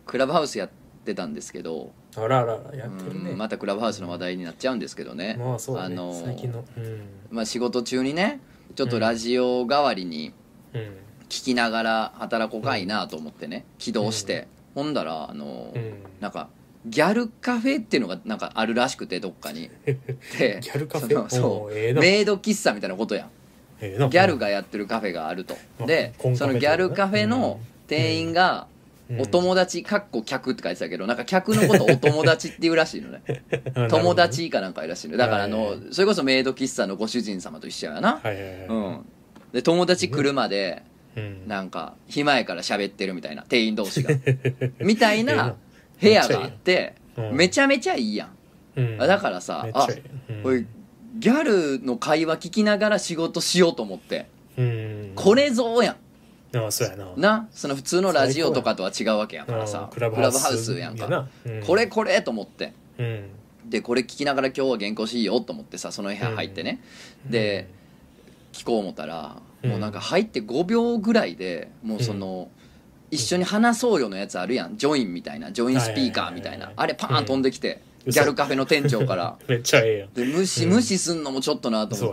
クラブハウスやってたんですけど、 あらあらあらやってるね。 またクラブハウスの話題になっちゃうんですけどね、 まあそうだね、最近の仕事中にねちょっとラジオ代わりにうん聞きながら働こうかいなと思ってね起動して、ほんだらなんかギャルカフェっていうのがなんかあるらしくて、どっかにでギャルカフェそう、 ええなメイド喫茶みたいなことやん。 ええなギャルがやってるカフェがあると。でコンカフェそのギャルカフェの店員がお友達かっこ客って書いてたけど、なんか客のことお友達っていうらしいのね友達かなんかいらしいのだからそれこそメイド喫茶のご主人様と一緒やな。で友達来るまでなんか暇やから喋ってるみたいな、店員同士がみたいな部屋があって、めちゃめちゃいいやん。だからさ、これギャルの会話聞きながら仕事しようと思って、これぞやん。 そうやな、 その普通のラジオとかとは違うわけやからさ、クラブハウスやんか、これと思って、でこれ聞きながら今日は原稿しいよと思ってさ、その部屋入ってね、で聞こう思ったら、もうなんか入って5秒ぐらいでもうその、一緒に話そうよのやつあるやん、ジョインみたいな、ジョインスピーカーみたいな、あれパーン飛んできて、ギャルカフェの店長からめっちゃええやん。 で無視すんのもちょっとなと思って、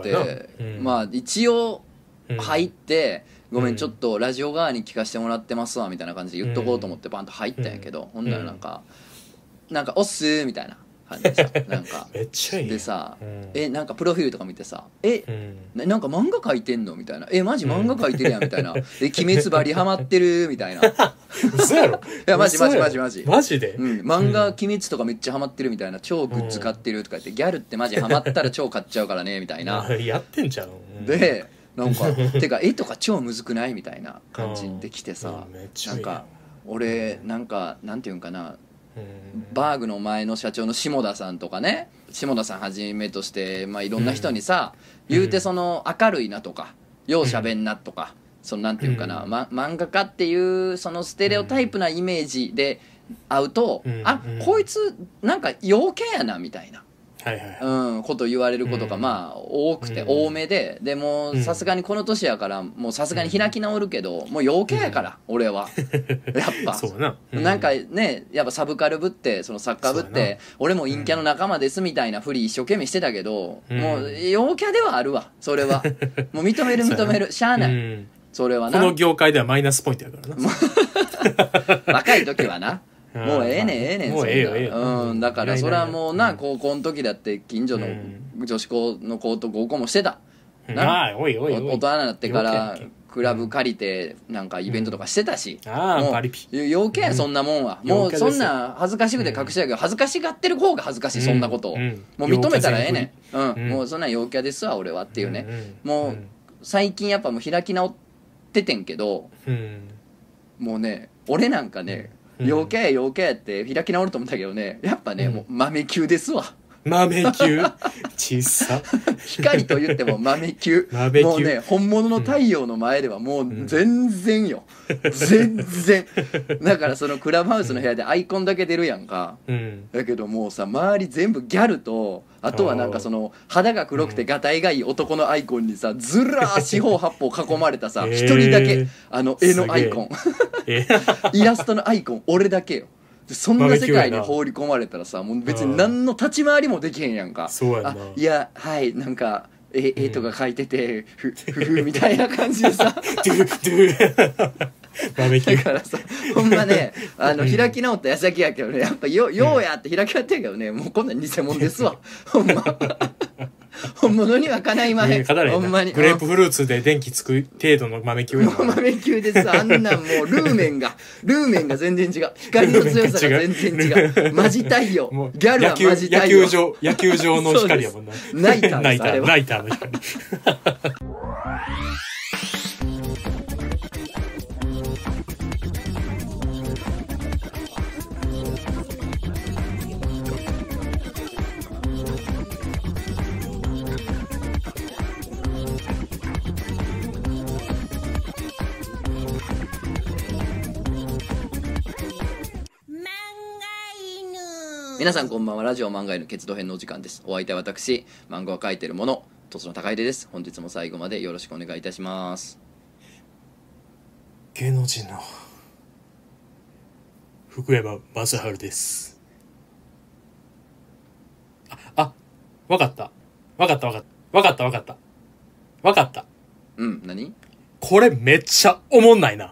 まあ一応入ってごめんちょっとラジオ側に聞かせてもらってますわみたいな感じで言っとこうと思ってパンと入ったんやけど、ほんならなんかおっすーみたいな感じでさ、なんかめっちゃいいでさ、なんかプロフィールとか見てさ、なんか漫画描いてんのみたいな、マジ漫画描いてるやんみたいな、鬼滅バリハマってるみたいな嘘やろ。 いやマジマジで、 漫画鬼滅とかめっちゃハマってるみたいな、超グッズ買ってるとか言って、ギャルってマジハマったら超買っちゃうからねみたいなやってんじゃん。 でなんかてか絵とか超むずくないみたいな感じできてさ、なんか俺なんかなんていうんかな、バーグの前の社長の下田さんとかね、下田さんはじめとして、いろんな人にさ、言うてその明るいなとかようしゃべんなとか、そのなんていうかな、漫画家っていうそのステレオタイプなイメージで会うと、こいつなんか陽キャやなみたいなこと言われることが多くて、多めで、でもさすがにこの年やからもうさすがに開き直るけど、もう陽キャやから俺はやっぱなんかね、やっぱサブカルぶってそのサッカーぶって俺も陰キャの仲間ですみたいなふり一生懸命してたけど、もう陽キャではあるわそれはもう認めるしゃあない、それはな、 この業界ではマイナスポイントやからな若い時はなもうええねんもうええよだからそれはもうな、高校の時だって近所の女子校の子と合コンもしてたな、大人になってからクラブ借りてなんかイベントとかしてたし、もう陽キャやそんなもんは、もうそんな恥ずかしくて隠してたけど、恥ずかしがってる方が恥ずかしい、そんなことをもう認めたらええねん、もうそんなん陽キャですわ俺はっていうね、もう最近やっぱもう開き直っててんけど、もうね俺なんかね陽キャやって開き直ると思ったけどね、やっぱね、もう豆球ですわ。 豆球小さ光と言っても豆球もうね本物の太陽の前ではもう全然よ、全然だからそのクラブハウスの部屋でアイコンだけ出るやんか、だけどもうさ周り全部ギャルと、あとはなんかその肌が黒くてガタイがいい男のアイコンにさ、ずらー四方八方囲まれたさ、一人だけ絵のアイコンイラストのアイコン俺だけよ。そんな世界に放り込まれたらさ、もう別に何の立ち回りもできへんやんか。いやはいなんか絵とか描いててふふみたいな感じでさだからさほんまね開き直った矢先やけどね、やっぱようやって開き直ってるけどね、もうこんなん偽物ですわほんま本物にはかないまへん、ほんまにグレープフルーツで電気つく程度の豆球やもう豆球です、あんなんもうルーメンが全然違う、光の強さが全然違う、マジ太陽ギャルはマジ太陽、 野球場の光やもんなナイターです、あれはナイターの光皆さんこんばんは。ラジオ漫画への決闘編のお時間です。お相手は私、漫画を描いている者とつの高出です。本日も最後までよろしくお願いいたします。 芸能人の福山雅治です。わかった。 何？ これめっちゃおもんないな。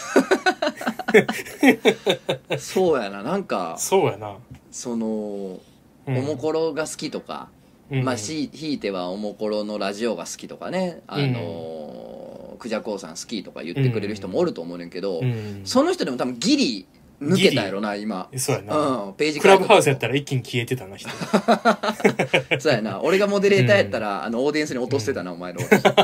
そうやな、なんかそうやな。 おもころが好きとか、まあひいてはおもころのラジオが好きとかね、クジャコウさん好きとか言ってくれる人もおると思うねんけど、その人でも多分ギリ抜けたやろな今。 そうやな、 ページクラブハウスやったら一気に消えてたな人。 そうやな、俺がモデレーターやったら、オーディエンスに落としてたな、お前の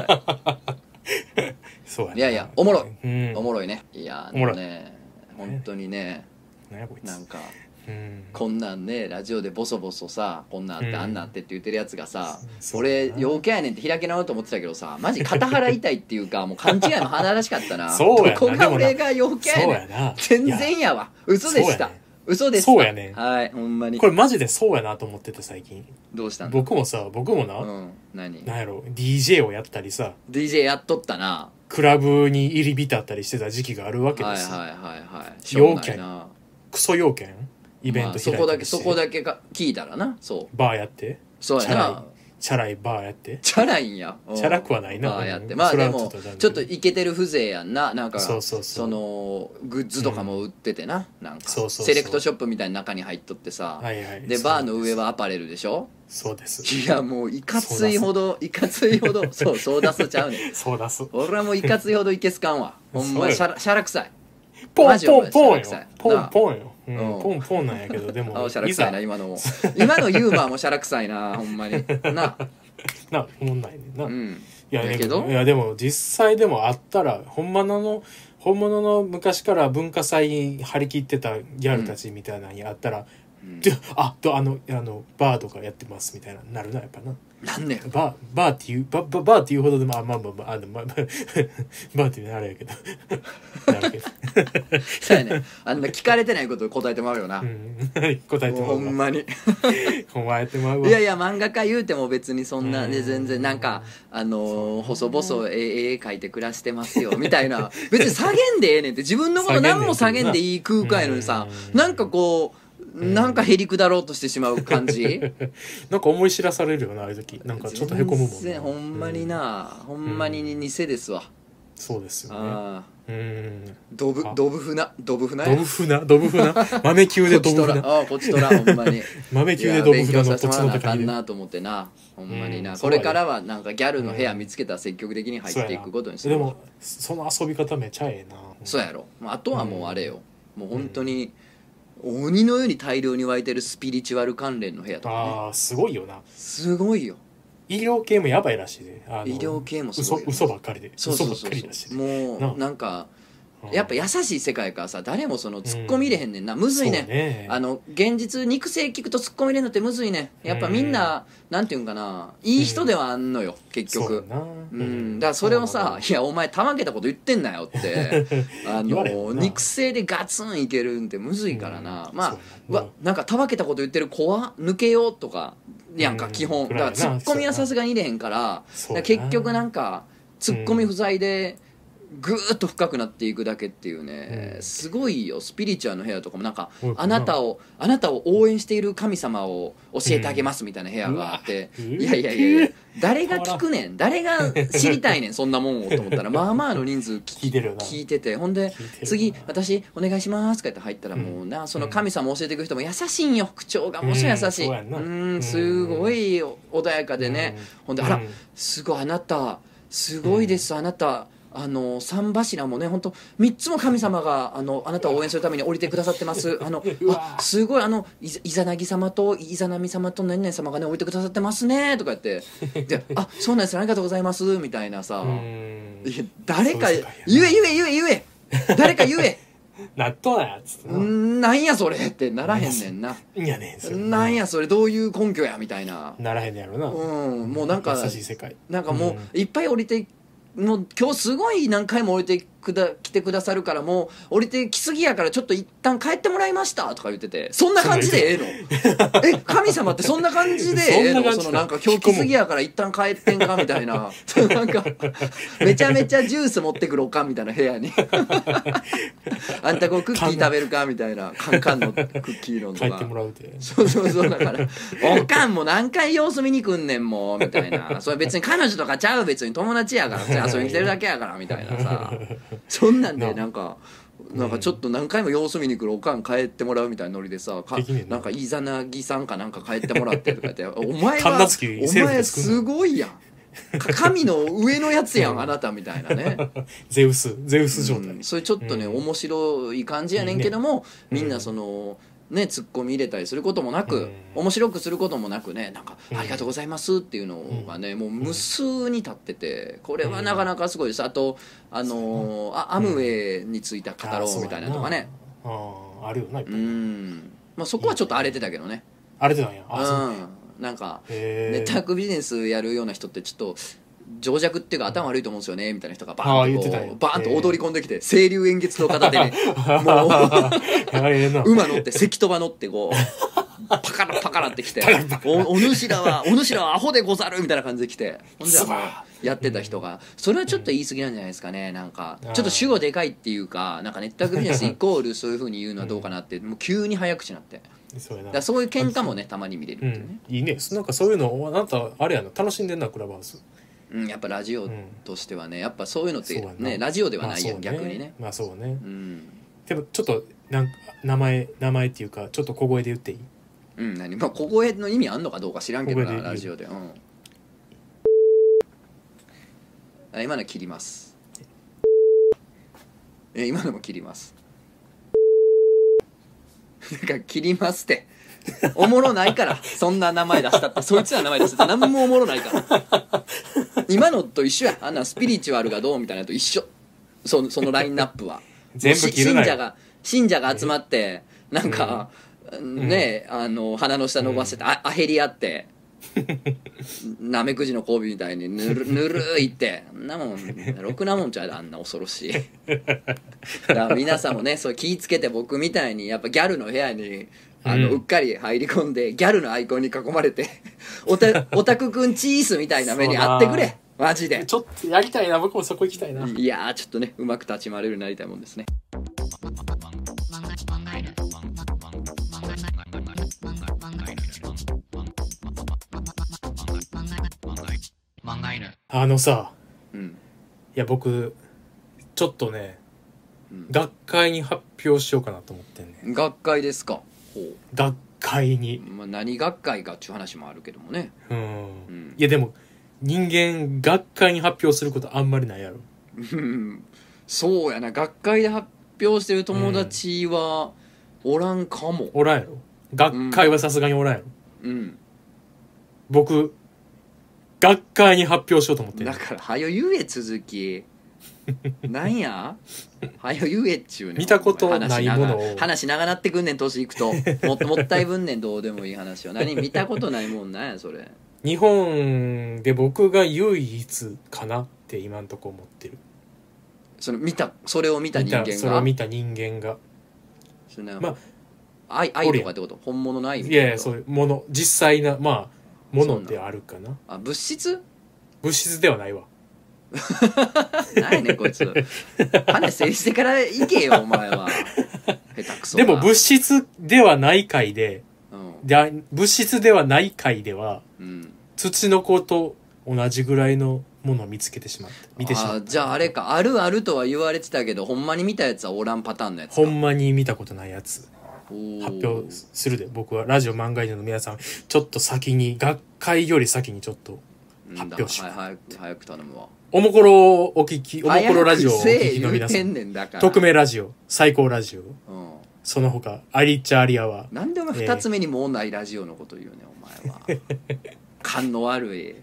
そうやな。 いやいやおもろい、おもろいね。いやね、本当にね、なんかこんなんね、ラジオでボソボソさ、こんなんあってあんなんあってって言ってるやつがさ、俺陽キャやねんって開け直ると思ってたけどさ、マジ肩腹痛いっていうか、もう勘違いの鼻らしかったな。 そうやな、 どこが俺が陽キャやねん。全然やわ、嘘でした、嘘でした。 そうやね。 はい、ほんまにこれマジでそうやなと思ってて最近。 どうしたんだ。 僕もな、 何なんやろ、 DJ をやったりさ、 DJ やっとったな。 クラブに入り浸ったりしてた時期があるわけですよ。 はいはいはいはい。 陽キャ、クソ陽キャイベント開いたりして、 そこだけが聞いたらな、そうバーやって、 そうやな、 チャラいバーやって、 チャラいんや、 チャラくはないな、 バーやって、まあでもちょっとイケてる風情やんな。なんかそうそのグッズとかも売っててな、なんかセレクトショップみたいな中に入っとってさ、でバーの上はアパレルでしょ。 そうです。 いやもういかついほどそう出すちゃうねん。 そう出す。 俺はもういかついほどいけすかんわ、ほんまにシャラくさい。 ポンポンポンよ、ポンポンよ、ポンポンなんやけど、でもシャラくさいな、今のユーモアもシャラくさいな、ほんまになおもんないねんな。 いやでも実際でもあったら本物の昔から文化祭に張り切ってたギャルたちみたいなのにあったら、バーとかやってますみたいななるな、やっぱな。 なんねんバーっていうほどでもバーってあれやけどなるけどそうやね、あんな聞かれてないこと答えてまうよな、 答えてまうわ、 ほんまにほんまやってまうわ。 いやいや、漫画家言うても別にそんなね、全然なんか細々絵描いて暮らしてますよみたいな、別に叫んでええねんって、自分のこと何も叫んでいい空間やのにさ、なんかこうなんかへりくだろうとしてしまう感じなんか思い知らされるよな、ああいう時。なんかちょっとへこむもんな。 ほんまにな、ほんまに偽ですわ。 そうですよね。 ドブ船豆球でドブ船、 こっちとらほんまに豆球でドブ船の土地の中になと思ってな、ほんまにな。これからはなんかギャルの部屋見つけたら積極的に入っていくことにする。 でもその遊び方めちゃええな。 そうやろ。あとはもうあれよ、もう本当に鬼のように大量に湧いてるスピリチュアル関連の部屋とかね。 ああ、すごいよな。 すごいよ。 医療系もやばいらしいで、 医療系もすごいよ、 嘘ばっかりで、 嘘ばっかりらしい。もうなんかやっぱ優しい世界からさ、誰もその突っ込み入れへんねんな、むずいね。現実肉声聞くと突っ込み入れるのってむずいね。やっぱみんななんていうんかな、いい人ではあんのよ結局。だからそれをさ、いやお前たまげたこと言ってんなよって肉声でガツンいけるんってむずいからな。まあなんかたわけたこと言ってる怖抜けようとかやんか基本。だからツッコミはさすがに入れへんから、結局なんかツッコミ不在でぐーっと深くなっていくだけっていうね、すごいよ。スピリチュアルの部屋とかもなんかあなたを応援している神様を教えてあげますみたいな部屋があって、いやいやいや誰が聞くねん、誰が知りたいねんそんなもんをと思ったら、まあまあの人数聞いてて、ほんで次私お願いしますとか言って入ったら、もうなその神様教えてくる人も優しいんよ、口調がもう優しい、すごい穏やかでね。ほんですごいあなたすごいです、あなた三柱もね、本当3つも神様があなたを応援するために降りてくださってます。すごいイザナギ様とイザナミ様と何々様がね降りてくださってますねとか言ってでそうなんです、ありがとうございますみたいなさ、誰か言え誰か言え納豆やつってなんやそれってならへんねんな。なんやそれどういう根拠やみたいなならへんねやろな。 もうなんか優しい世界、 なんかもういっぱい降りてもう今日すごい何回も降りて来てくださるからもう降りてきすぎやからちょっと一旦帰ってもらいましたとか言ってて、そんな感じでええの神様ってそんな感じでええの？そのなんか今日来すぎやから一旦帰ってんかみたいななんかめちゃめちゃジュース持ってくるおかんみたいな部屋にあんたこうクッキー食べるかみたいなカンカンのクッキーのとか帰ってもらうて、 そうだからおかんも何回様子見に来んねんもうみたいな、それ別に彼女とかちゃう、別に友達やから遊びに来てるだけやからみたいなさそんなんでなんかちょっと何回も様子見に来るおかん帰ってもらうみたいなノリでさ、なんかイザナギさんかなんか帰ってもらってとか言ってお前すごいやん神の上のやつやんあなたみたいなねゼウス状態、 それちょっとね、面白い感じやねんけども、みんなそのねツッコミ入れたりすることもなく、面白くすることもなくね、なんかありがとうございますっていうのがね、もう無数に立ってて、これはなかなかすごいです。あとアムウェイについた語ろうみたいなとかね、 あるよな、 まあそこはちょっと荒れてたけどね、 荒れてたんや、 なんかネットワークビジネスやるような人ってちょっと情弱っていうか頭悪いと思うんですよねみたいな人がバーンと踊り込んできて、清流円月の片手にもう馬乗って関戸馬乗ってこうパカラパカラってきてお主らはアホでござるみたいな感じで来て、ほんじゃもうやってた人が、それはちょっと言い過ぎなんじゃないですかね。なんかちょっと主語でかいっていうか、なんかネットワークビジネスイコールそういう風に言うのはどうかなって、もう急に早口になって、そういう喧嘩もねたまに見れるっていうね、 いいね。なんかそういうのあなたあれやな、楽しんでんなクラブハウス。 やっぱラジオとしてはね、やっぱそういうのってねラジオではないやん、逆にね。 まあそうね、でもちょっとなんか名前っていうかちょっと小声で言っていい？ 何、まあ小声の意味あんのかどうか知らんけどな、ラジオで。今の切ります。今のも切ります。なんか切りますっておもろないからそんな名前出したって、そいつら名前出したって何もおもろないから今のと一緒や、あんなスピリチュアルがどうみたいなのと一緒、そのラインナップは全部切るなよ。 信者が集まってなんか、ね鼻の下伸ばしててアヘリ合ってなめくじの交尾みたいにぬるいってあんなもんろくなもんちゃう、あんな恐ろしいだから皆さんもねそう気ぃつけて、僕みたいにやっぱギャルの部屋にうっかり入り込んでギャルのアイコンに囲まれてオタクくんチースみたいな目にあってくれ、マジで。 ちょっとやりたいな、僕もそこ行きたいな。 いやちょっとねうまく立ち回れるようになりたいもんですね。 さ、いや僕ちょっとね、学会に発表しようかなと思ってんね。 学会ですか？ 学会に、 何学会かっていう話もあるけどもね。 いやでも人間学会に発表することあんまりないやろ。 そうやな、学会で発表してる友達はおらんかも。 おらんやろ。学会はさすがにおらんやろ。僕学会に発表しようと思ってん。 だからはよ言え続きなんやはよ言えっちゅうねん。 見たことないものを話長なってくんねん、年いくともったいぶんねん、どうでもいい話は。何見たことないもんなんやそれ。 日本で僕が唯一かなって今んとこ思ってる。それを見た人間が、 それを見た人間が、 まあ愛とかってこと？本物の愛みたいな。いやそういうもの、実際なものであるかな。 物質ではないわ。 何やねんこいつ。話整理してから行けよお前は。下手くそ。 でも物質ではない回で、物質ではない回では、土の子と同じぐらいのものを見てしまった。 じゃああれか、あるあるとは言われてたけどほんまに見たやつはおらんパターンのやつか。 ほんまに見たことないやつ発表するで。僕はラジオ漫画犬の皆さんちょっと先に、学会より先にちょっと発表しよう。 早く頼むわ。 おもころラジオをお聞きの皆さん、匿名ラジオ、最高ラジオ、その他アリッチャアリアは、 なんでお前2つ目にもうないラジオのこと言うねお前は。勘の悪い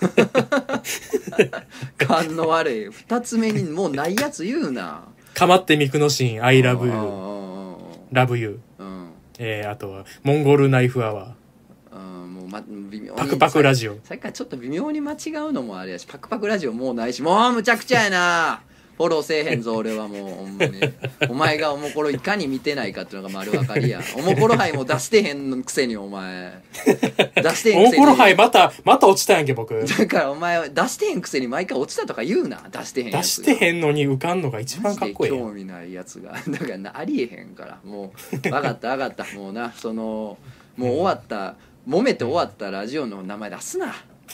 勘の悪い。2つ目にもうないやつ言うな。 かまってみくのしん I love you love you、あとはモンゴルナイフアワー、微妙にパクパクラジオ。 さっきからちょっと微妙に間違うのもあれやし、パクパクラジオもうないし、もうむちゃくちゃやな。 フォローせえへんぞ俺はもうほんまにお前がおもころいかに見てないかっていうのが丸分かりや。おもころ杯も出してへんくせにお前出してへんくせにおもころ杯また落ちたやんけ僕。 だからお前出してへんくせに毎回落ちたとか言うな。出してへんやつが出してへんのに浮かんのが一番かっこいいやん。 興味ないやつがだからなありえへんからもう分かった分かったもうなそのもう終わった揉めて終わったラジオの名前出すな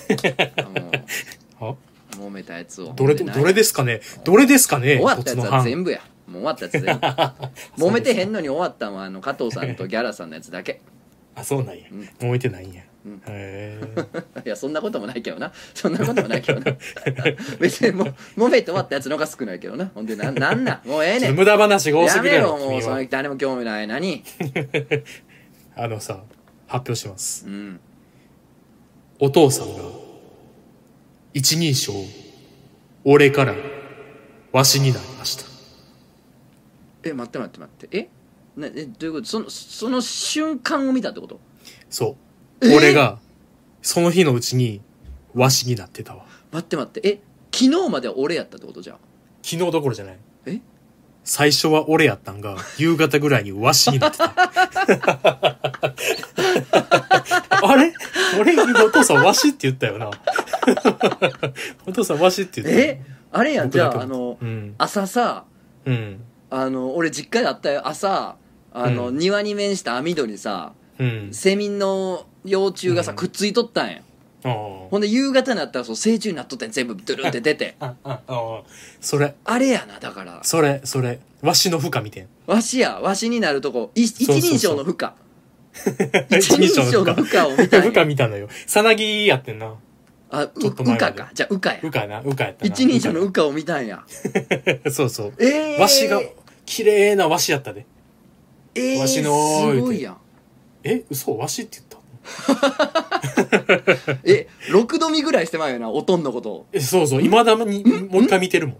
もう揉めたやつをどれですかねどれですかね。 終わったやつは全部やもう終わったやつ全部揉めてへんのに終わったのは加藤さんとギャラさんのやつだけあそうなんや、揉めてないんや、へいやそんなこともないけどなそんなこともないけどな別にもう揉めて終わったやつの方が少ないけどなほんでなんもうええねん無駄話が多すぎるやろやめろもうその君は。 誰も興味ない何さ発表します、 うんお父さんが一人称俺からわしになりました。 待ってどういうことその瞬間を見たってこと？ そう俺がその日のうちにわしになってたわ。 待って昨日までは俺やったってことじゃん。 昨日どころじゃない。 え最初は俺やったんが夕方ぐらいにわしになってたあれ俺今お父さんわしって言ったよなお父さんわしって言ったよ。 あれやんじゃあ朝さ俺実家であったよ朝庭に面した網戸にさセミの幼虫がさくっついとったんや。ほんで夕方になったら成虫になっとったん全部ドゥルンって出てそれあれやなだからそれわしの負荷見てん。 わしになるとこ一人称の負荷一一人称の負荷を見たんや負荷見たのよ。さなぎやってんな。ちょっと前までかじゃあうかやうかやったな。 一人称のうかを見たんやそうわしが綺麗なわしやったで。わしのすごいやん。 嘘わしって言った 6度見ぐらいしてまうよなおとんのことを。 そういまだにもう一回見てるもん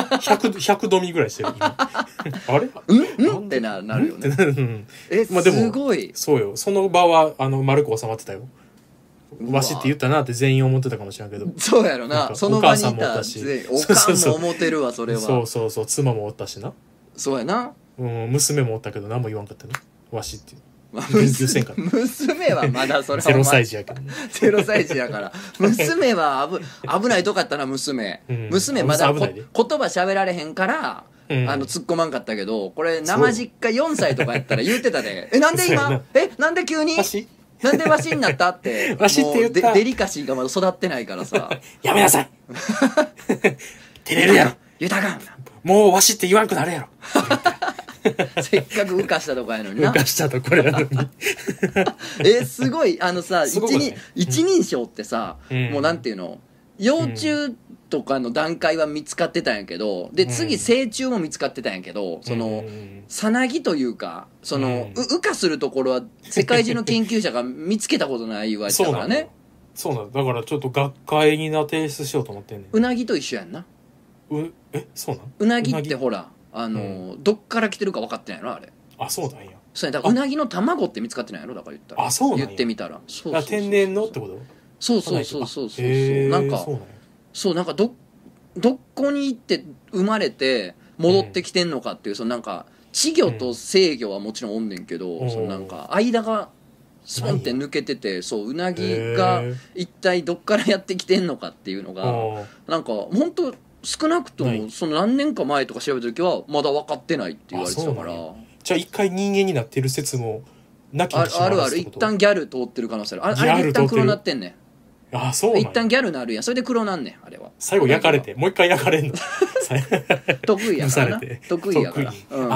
100度見ぐらいしてる今あれってなるよねまあでもすごいそうよ。その場は丸く収まってたよ。わしって言ったなって全員思ってたかもしれんけど。 そうやろなその場にいたお母さんもおったしおかんも思ってるわそれは。 そう妻もおったしな。 そうやな娘もおったけど何も言わんかったねわしって言及せんかった娘はまだそれは 0歳児やけど 0歳児やから娘は危ないとこやったな娘まだ言葉喋られへんから突っ込まんかったけどこれ生実家4歳とかやったら言うてたでなんで今なんで急になんでわしになったってわしって言ったデリカシーがまだ育ってないからさやめなさい照れるやろ言うたかんもうわしって言わんくなるやろせっかく浮かしたとこやのにな浮かしたとこやのにすごい一人称ってさもうなんていうの幼虫とかの段階は見つかってたんやけどで次成虫も見つかってたんやけどそのさなぎというかその羽化するところは世界中の研究者が見つけたことない言われてたからね。 そうなのだからちょっと学会に提出しようと思ってんねん。 うなぎと一緒やんな。 そうなんうなぎってほらどっから来てるか分かってないのあれ。 そうなんや。 そうやだからうなぎの卵って見つかってないのだから言ったらそうなんや言ってみたらそう天然のってこと。 そうなんかなんかどこに行って生まれて戻ってきてんのかっていうそのなんか稚魚と成魚はもちろんおんねんけどそのなんか間がスポンって抜けててうなぎが一体どっからやってきてんのかっていうのがなんか本当少なくともその何年か前とか調べた時はまだ分かってないって言われてたからじゃあ一回人間になってる説もなきにしもあらずってこと。 一旦ギャル通ってる可能性ある。あれ一旦黒なってんねん。 そうなんや。 一旦ギャルなるやんそれで黒なんねんあれは。 最後焼かれてもう一回焼かれんの得意やからな得意やから、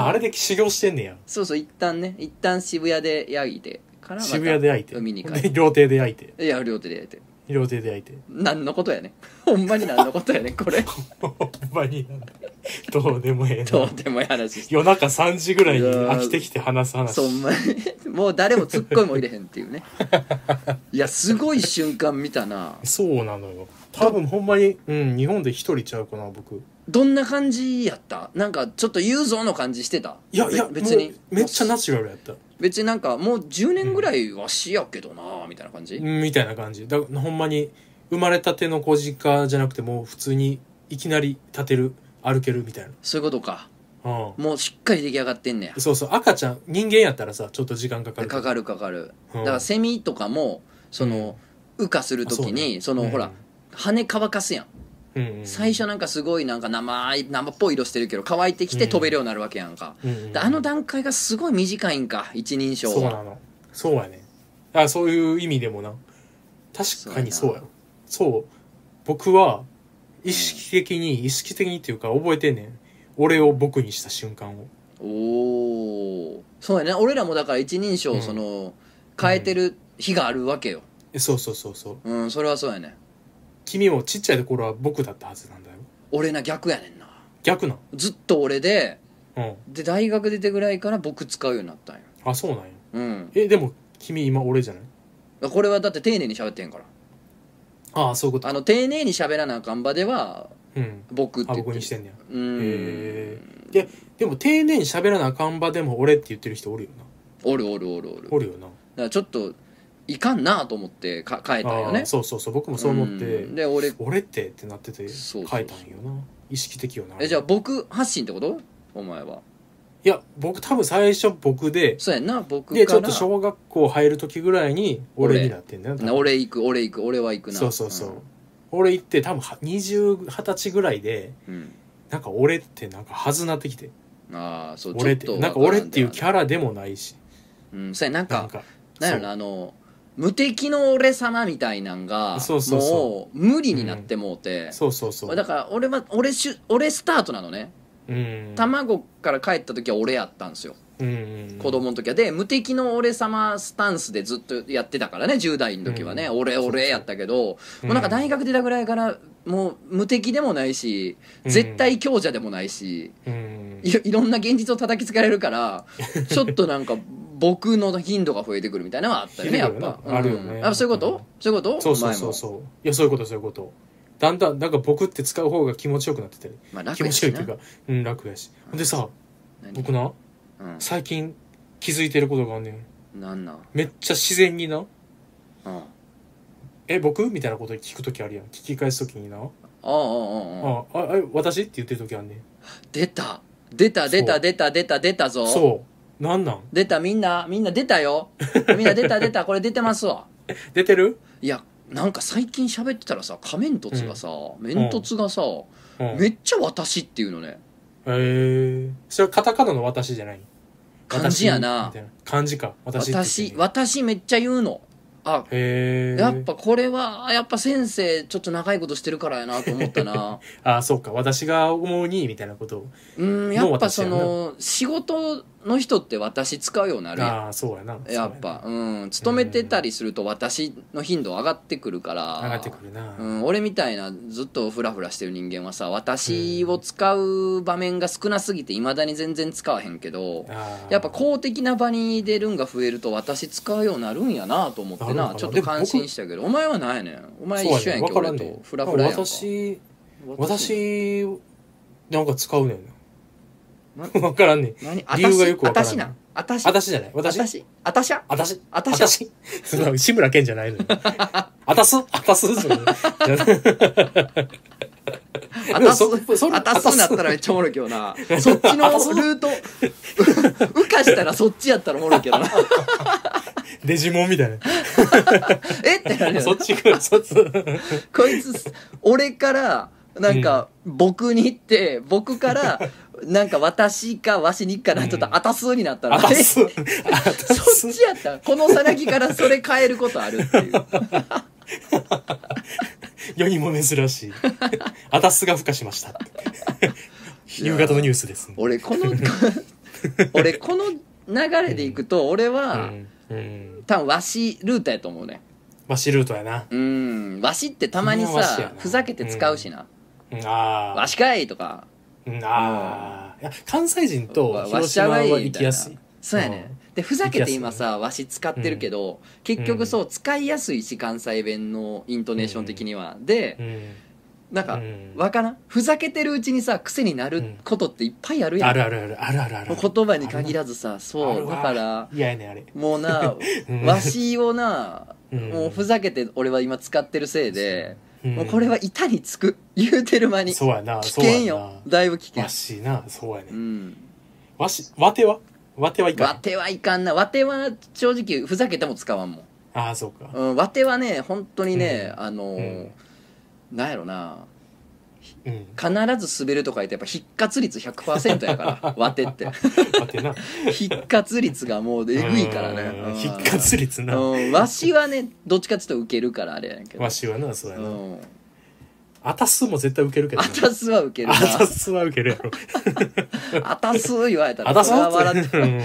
あれで修行してんねや。 そう一旦渋谷で焼いてからまた渋谷で焼いて海に帰って料亭で焼いていや料亭で焼いて料亭で焼いて何のことやねほんまに何のことやねこれほんまになんだどうでもええなどうでもいい話して夜中3時ぐらいに飽きてきて話す話。 そんまにもう誰もツッコミも入れへんっていうねいやすごい瞬間見たな。 そうなのよ多分ほんまに日本で一人ちゃうかな僕。 どんな感じやった？なんかちょっと雄三の感じしてた？ いや別にめっちゃナチュラルやった。 別になんかもう10年ぐらいわしやけどなみたいな感じ、 みたいな感じだほんまに生まれたての小鹿じゃなくてもう普通にいきなり立てる歩けるみたいな。 そういうことか。 うん、 もうしっかり出来上がってんねや。 そうそう、赤ちゃん人間やったらさちょっと時間かかる。 かかるかかる、 うん、 だからセミとかもその、羽化するときにその、ほら羽乾かすやん、うんうん、最初なんかすごいなんか生っぽい色してるけど乾いてきて飛べるようになるわけやんか、うんうんうん、あの段階がすごい短いんか一人称は。 そうなの、そうやね。あ、そういう意味でもな、確かにそうやろ。そう、僕は意識的にっていうか覚えてんねん、俺を僕にした瞬間を。 おお、そうやね。俺らもだから一人称その、変えてる日があるわけよ。 そうそうそうそう。 うん、それはそうやね。 君もちっちゃい頃は僕だったはずなんだよ。 俺な、逆やねんな。 逆なん？ ずっと俺で、 うん、 で大学出てぐらいから僕使うようになったんよ。 あ、そうなんや。 うん。 でも君今俺じゃない？ これはだって丁寧に喋ってんから。 ああ、そういうこと。 丁寧に喋らなあかん場では、 うん、 僕って言ってる。 僕にしてんねや。でも丁寧に喋らなあかん場でも俺って言ってる人おるよな。 おるよな。 だからちょっといかんなと思って変えたんよね。 そうそうそう、僕もそう思って、 で俺ってなってて変えたんよな。意識的よな。 じゃあ僕発信ってこと？お前は。 いや、僕多分最初僕で、 そうやんな、僕でちょっと小学校入る時ぐらいに俺になってんだよ。 俺は行くな。 そうそうそう、俺行って多分20歳ぐらいで、なんか俺ってなんかはずなってきて、 ああ、そう、 俺ってなんか俺っていうキャラでもないし、 そうや、なんやろな、無敵の俺様みたいなんがもう無理になってもうて、 そうそうそう、 だから俺スタートなのね。卵から帰った時は俺やったんですよ、子供の時は。で無敵の俺様スタンスでずっとやってたからね、10代の時はね、俺やったけど、もうなんか大学出たぐらいからもう無敵でもないし、絶対強者でもないし、いろんな現実を叩きつけられるからちょっとなんか僕の頻度が増えてくるみたいなのはあったよね、やっぱ。 あるよね。 そういうこと？そういうこと？ そういや、そういうことだんだんなんか僕って使う方が気持ちよくなってて、気持ちよいっていうか、楽やし。でさ、僕な、最近気づいてることがあんねん。 なんなん？ めっちゃ自然にな、僕みたいなこと聞くときあるやん。聞き返すときにな、私って言ってるときあんねん。出たぞ。そう、なん出た、みんな出たよ。みんな出たこれ出てますわ。出てる？いや、なんか最近喋ってたらさ、仮面凸がさ、めっちゃ私っていうのね。それはカタカナの私じゃない？漢字やな。漢字か。私めっちゃ言うの。やっぱこれはやっぱ先生ちょっと長いことしてるからやなと思ったな。そうか、私が思うにみたいなことを。やっぱその仕事の人って私使うようになるやん。そうやな。やっぱ勤めてたりすると私の頻度上がってくるから。上がってくるな。俺みたいなずっとフラフラしてる人間はさ、私を使う場面が少なすぎていまだに全然使わへんけど、やっぱ公的な場に出るんが増えると私使うようになるんやなと思ってな、ちょっと感心したけど。お前は何やねん。お前一緒やんけ、俺とフラフラやんか。私なんか使うねんな。分からんねん。理由がよく分からんねん。私じゃない。私志村けんじゃないのよ。あたすなったらめっちゃおもろいけどな。そっちのルートうかしたらそっちやったらおもろいけどな。デジモンみたいな。ってなるよ。そっちこいつ俺からなんか僕に行って、僕からなんか私かわしにかなちょっとあたすになったら、そっちやったらこのさなぎからそれ変えることあるっていう。世にも珍しい。あたすが孵化しました。夕方のニュースです、ね。俺この流れでいくと、俺は、多分わしルートやと思うね。わしルートやな。わしってたまにさふざけて使うしな。わしかいとか。関西人と広島は行きやすい。そうやね。でふざけて今さわし使ってるけど、結局そう使いやすいし、関西弁のイントネーション的には。でなんかわからん、ふざけてるうちにさ癖になることっていっぱいあるやん。ある言葉に限らずさ。そうだからもうな、わしをなもうふざけて俺は今使ってるせいで、 もうこれは板につく言うてる間にそうやな、 危険よ、 そうやな。 だいぶ危険。 わしな、そうやね。 うん、 わてはいかん。 わてはいかんな。わては正直ふざけても使わんもん。 ああ、そうか。 うん、わてはね本当にね、 うんなんやろな、 うん。 必ず滑るとか言ってやっぱ必活率 100% やからわてってわてな。 必活率がもうえぐいからね。 うん必活率な。 わしはねどっちかっていうと受けるからあれやねんけど。 わしはな、そうやな。 うん、 あたすも絶対受けるけどあな。 たすは受けるあな。 たすは受けるやろ。 あたす言われたらあたすそれは笑ってうん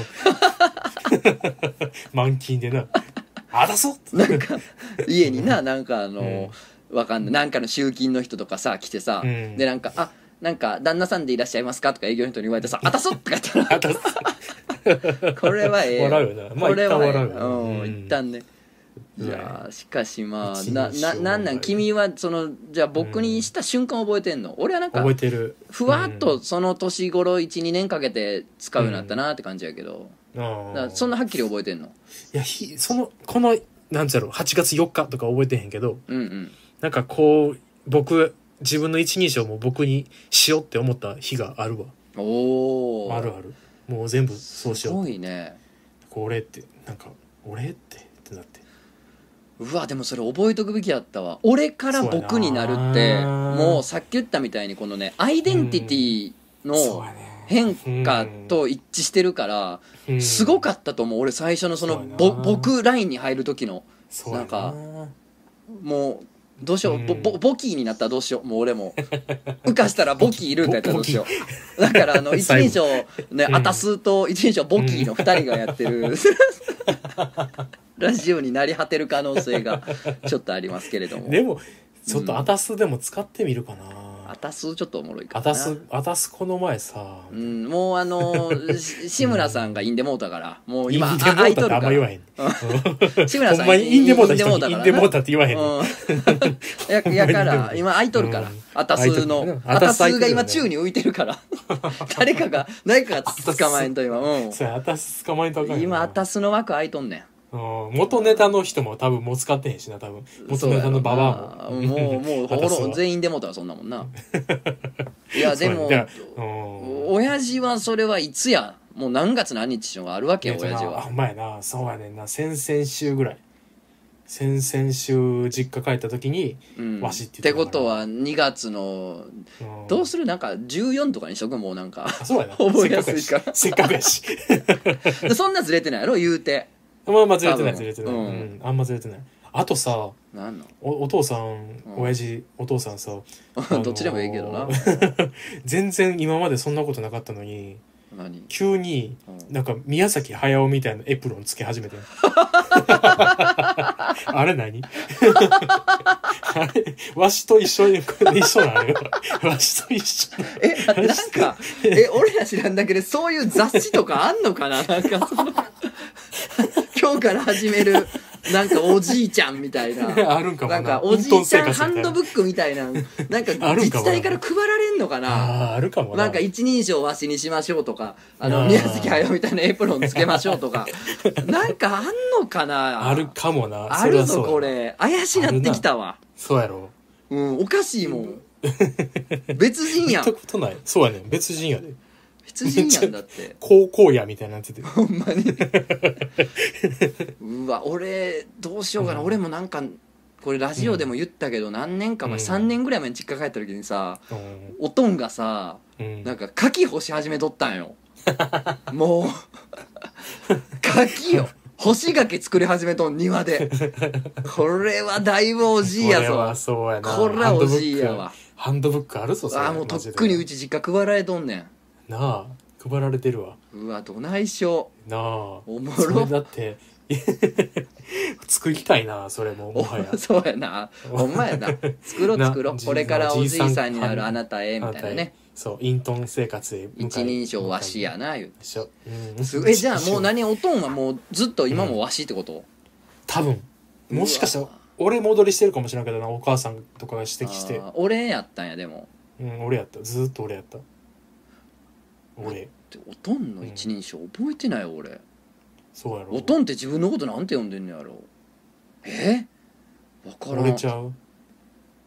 満勤でな。あたすなんか家にななんかんわかんないなんかの集金の人とかさ来てさ、 うんでなんかなんか旦那さんでいらっしゃいますかとか営業の人に言われてさあたすって言ったらあたす。 これはええよ笑うよな。まあ一これはええ旦笑うよな。 一旦ね。いやーしかしまあ一人称なん君はそのじゃあ僕にした瞬間覚えてんの、俺はなんか覚えてる。 ふわっとその年頃 1,2 年かけて使うようになったなって感じやけど、だからそんなはっきり覚えてんの？ いやこのなんちゃろう8月4日とか覚えてへんけど、 うんうん、 なんかこう自分の一人称も僕にしようって思った日があるわ。 おおあるある。もう全部そうしよう。 すごいね。 俺ってなんか俺ってなって。 うわでもそれ覚えとくべきやったわ。俺から僕になるってもうさっき言ったみたいにこのねアイデンティティの変化と一致してるから、すごかったと思う。俺最初のその僕ラインに入る時のなんかもうどうしよう、ボキーになったらどうしよう、もう俺も浮かしたらボキーいるんだったらどうしよう。だから一人称ねあたすと一人称ボキーの2人がやってるラジオになり果てる可能性がちょっとありますけれども。 でもちょっとあたすでも使ってみるかな。 あたすちょっとおもろいかな。 あたすこの前さ、 もう志村さんがインでもうたからもう今インデモーターってあんま言わへん。 志村さんほんまにインデモーターインインデモーターって言わへん。 やから今空いとるから、あたすのあたすが今宙に浮いてるから誰かが捕まえんと今そうや、あたす捕まえんとあかん。 今あたすの枠空いとんねん。 元ネタの人も多分もう使ってへんしな、多分元ネタのババアももう全員デモとはそんなもんな。いやでも親父はそれはいつやもう何月何日のがあるわけよ親父は。 ほんまやな、そうやねんな。先々週ぐらい、先々週実家帰った時にわしって言ってたから。ってことは2月のどうするなんか14とかにしとくもうなんかそうやな覚えやすいからせっかくやしそんなずれてないやろ言うて。 まあずれてないあんまずれてない。あとさ、 なんのお父さん親父お父さんさどっちでもいいけどな全然今までそんなことなかったのに何急になんか宮崎駿みたいなエプロンつけ始めてあれ何あれわしと一緒なのよわしと一緒なんか俺ら知らんだけでそういう雑誌とかあんのかななんかその今日から始めるなんかおじいちゃんみたいなあるんかもな。 なんかおじいちゃんハンドブックみたいななんか自治体から配られんのかな。 あるかもな。 なんか一人称わしにしましょうとか宮崎駿みたいなエプロンつけましょうとかなんかあんのかな。 あるかもな。 あるぞこれ怪しなってきたわ。 そうやろ。 おかしいもん別人やん。 見たことない。そうやねん、別人やで。 別人やんだって高校やみたいになっててほんまにうわ俺どうしようかな、俺もなんかこれラジオでも言ったけど、何年か前、3年ぐらい前に実家帰った時にさ、おとんがさ、なんか牡蠣干し始めとったんよもう牡蠣よ干し柿作り始めとん庭でこれはだいぶおじいやぞ。 これはそうやな。 これはおじいやわ。 ハンドブックあるぞそれ。 もうとっくにうち実家配られとんねんなあ。配られてるわ。 うわどないしょなあ。 おもろ。 それだって作りたいなそれももはやそうやなほんまやな作ろうこれからおじいさんになるあなたへみたいなね。 そう隠遁生活へ一人称わしやな言うて。じゃあもうおとんはもうずっと今もわしってこと？ 多分もしかしたら俺戻りしてるかもしれないけどな、お母さんとかが指摘して。 俺やったんやでも。 俺やった、ずっと俺やった。俺おとんの一人称覚えてないよ俺。 そうやろ。 おとんって自分のことなんて呼んでんのやろ。わからん。 俺ちゃう。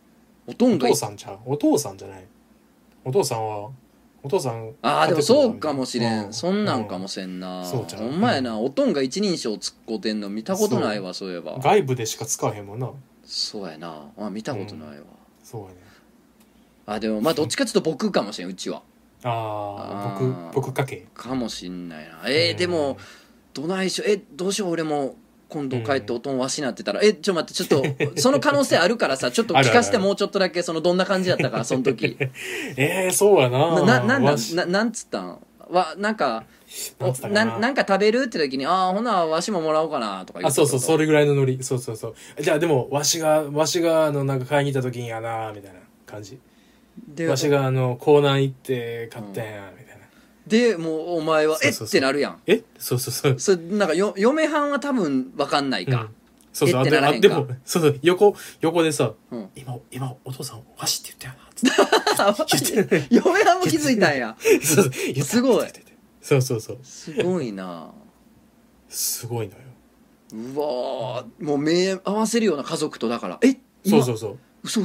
おとんがお父さんちゃう、お父さんじゃない、お父さんああでもそうかもしれん、そんなんかももしれんな。 そうちゃうほんまやな、おとんが一人称突っこてんの見たことないわ。そういえば外部でしか使わへんもんな。 そうやな、見たことないわ。 そうやね。 でもどっちかちょっと僕かもしれん、うちは。 僕家系かもしんないな。でもどないしょどうしよう、俺も今度帰っておとんわしなってたら、ちょっと待って、ちょっとその可能性あるからさ、ちょっと聞かせて、もうちょっとだけ、どんな感じやったかその時そうやな。 なんつったんなんかなんか食べるって時に、ほなわしももらおうかなとか言って。 そうそれぐらいのノリ。そうじゃあでもわしがなんか買いに行った時にやなみたいな感じで、わしがコーナー行って買ったやんみたいな。 でもうお前はってなるやん。 そうそれなんか嫁はんは多分分かんないか、 そうってならへんか。でも横でさ、今お父さんわしって言ったよなっつって嫁はんも気づいたんやすごい。 そうすごいな。 すごいのよ。 うわもう目合わせるような家族と、だからそう嘘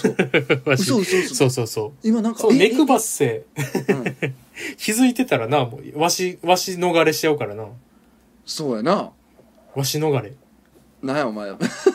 今なんか目くばっせ気づいてたらな、もうわし逃れしちゃうからな。 そうやな。 わし逃れなんやお前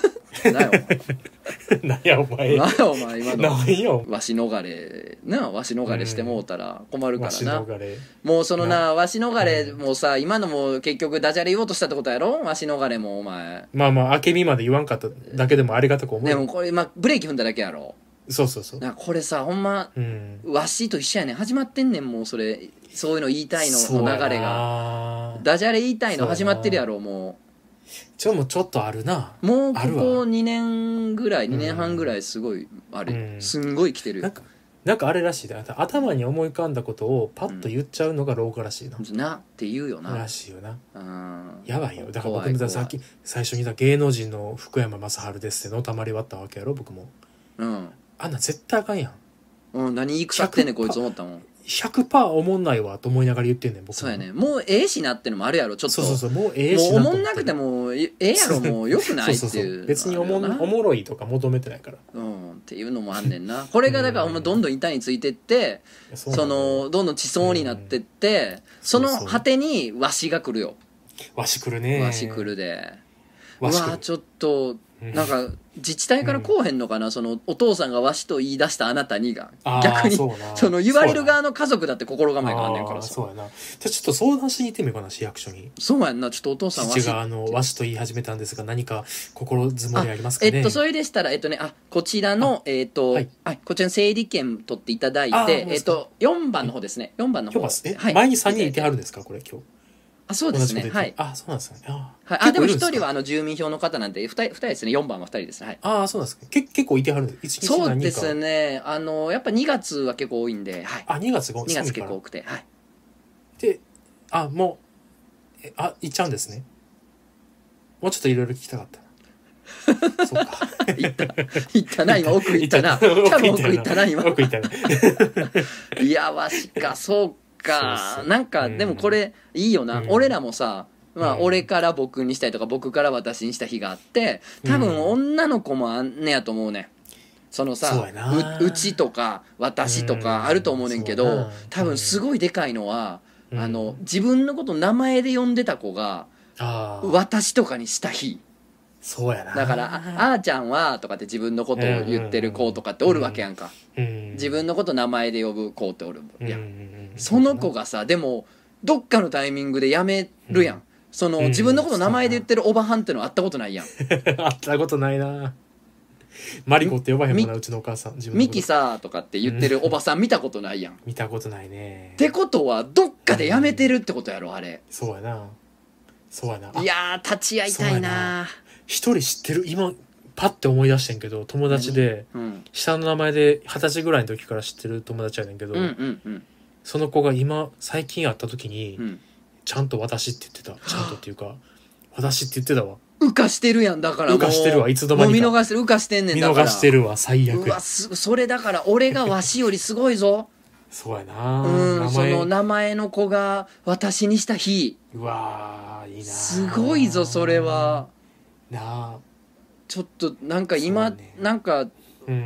なんやお前今のわし逃れしてもうたら困るからな。 わし逃れもうわし逃れもさ、今のも結局ダジャレ言おうとしたってことやろ。わし逃れもお前明けみまで言わんかっただけでもありがたく思う。 でもこれブレーキ踏んだだけやろ。 そうこれさほんま、わしと一緒やねん。始まってんねん、もうそういうの言いたいの流れが。ダジャレ言いたいの始まってるやろ。もちょっとあるな。 もうここ2年半ぐらいすごいすんごい来てるよ。 なんかあれらしいで、頭に思い浮かんだことをパッと言っちゃうのが老化らしいな、 って言うよな。 らしいよな。やばいよ。だから僕もさっき最初に芸能人の福山雅治ですってのたまり割ったわけやろ。僕もあんな絶対あかんやん。 何言い腐ってんねんこいつ思ったもん。 100% おもんないわと思いながら言ってんねん僕。 そうやね。もうしなってのもあるやろ。ちょっともうしな。もうおもんなくてもやろ。もうよくないっていう。 別におもろいとか求めてないから。 っていうのもあんねんな。これがだからどんどん板についてってどんどん地層になってってその果てにわしが来るよ。 わし来るね。 わし来るで。ちょっとなんか自治体からこうへんのかな、お父さんがわしと言い出したあなたにが逆に言われる側の家族だって心構えがあんねんからさ。 そうやな。じゃあちょっと相談しに行ってみようかな、市役所に。 そうやんな。ちょっとお父さん父がわしと言い始めたんですが何か心づもりありますかね。 それでしたらこちらのこちらの整理券取っていただいて4番の方ですね。4番の方。 前に3人いてはるんですかこれ今日。 そうですね。はい。 そうなんですね。 でも1人は住民票の方なんで2人ですね。4番は2人ですね。 はい。そうなんですか。結構いてはるんです。 そうですね。やっぱ2月は結構多いんで。 2月結構多くて。はい。 で、もう行っちゃうんですね。もうちょっといろいろ聞きたかったな。そうか。 行ったな今。奥行ったな。多分奥行ったな今。 奥行ったな。 いやわしかそうか。なんかでもこれいいよな。俺らもさ俺から僕にしたりとか僕から私にした日があって多分女の子もあんねやと思うねん。うちとか私とかあると思うねんけど多分すごいでかいのは自分のこと名前で呼んでた子が私とかにした日。 そうやな。 だからあーちゃんはとかって自分のことを言ってる子とかっておるわけやんか。自分のこと名前で呼ぶ子っておるやん。その子がさでもどっかのタイミングでやめるやん。自分のこと名前で言ってるおばはんってのは会ったことないやん。 会ったことないな。マリコって呼ばへんもんなうちのお母さん。 ミキさーとかって言ってるおばさん見たことないやん。 見たことないね。 ってことはどっかでやめてるってことやろあれ。 そうやな。いや立ち会いたいな。 一人知ってる今パッて思い出してんけど友達で下の名前で20歳ぐらいの時から知ってる友達やねんけどその子が最近会った時にちゃんと私って言ってた。ちゃんとっていうか私って言ってたわ。 浮かしてるやん。だからもう浮かしてるわ。いつの間にかもう見逃してる。浮かしてんねん。だから見逃してるわ。最悪。 それだから俺がわしよりすごいぞ。 そうやな。 その名前の子が私にした日。 うわいいな。 すごいぞそれは。 なあ。 ちょっとなんか今なんか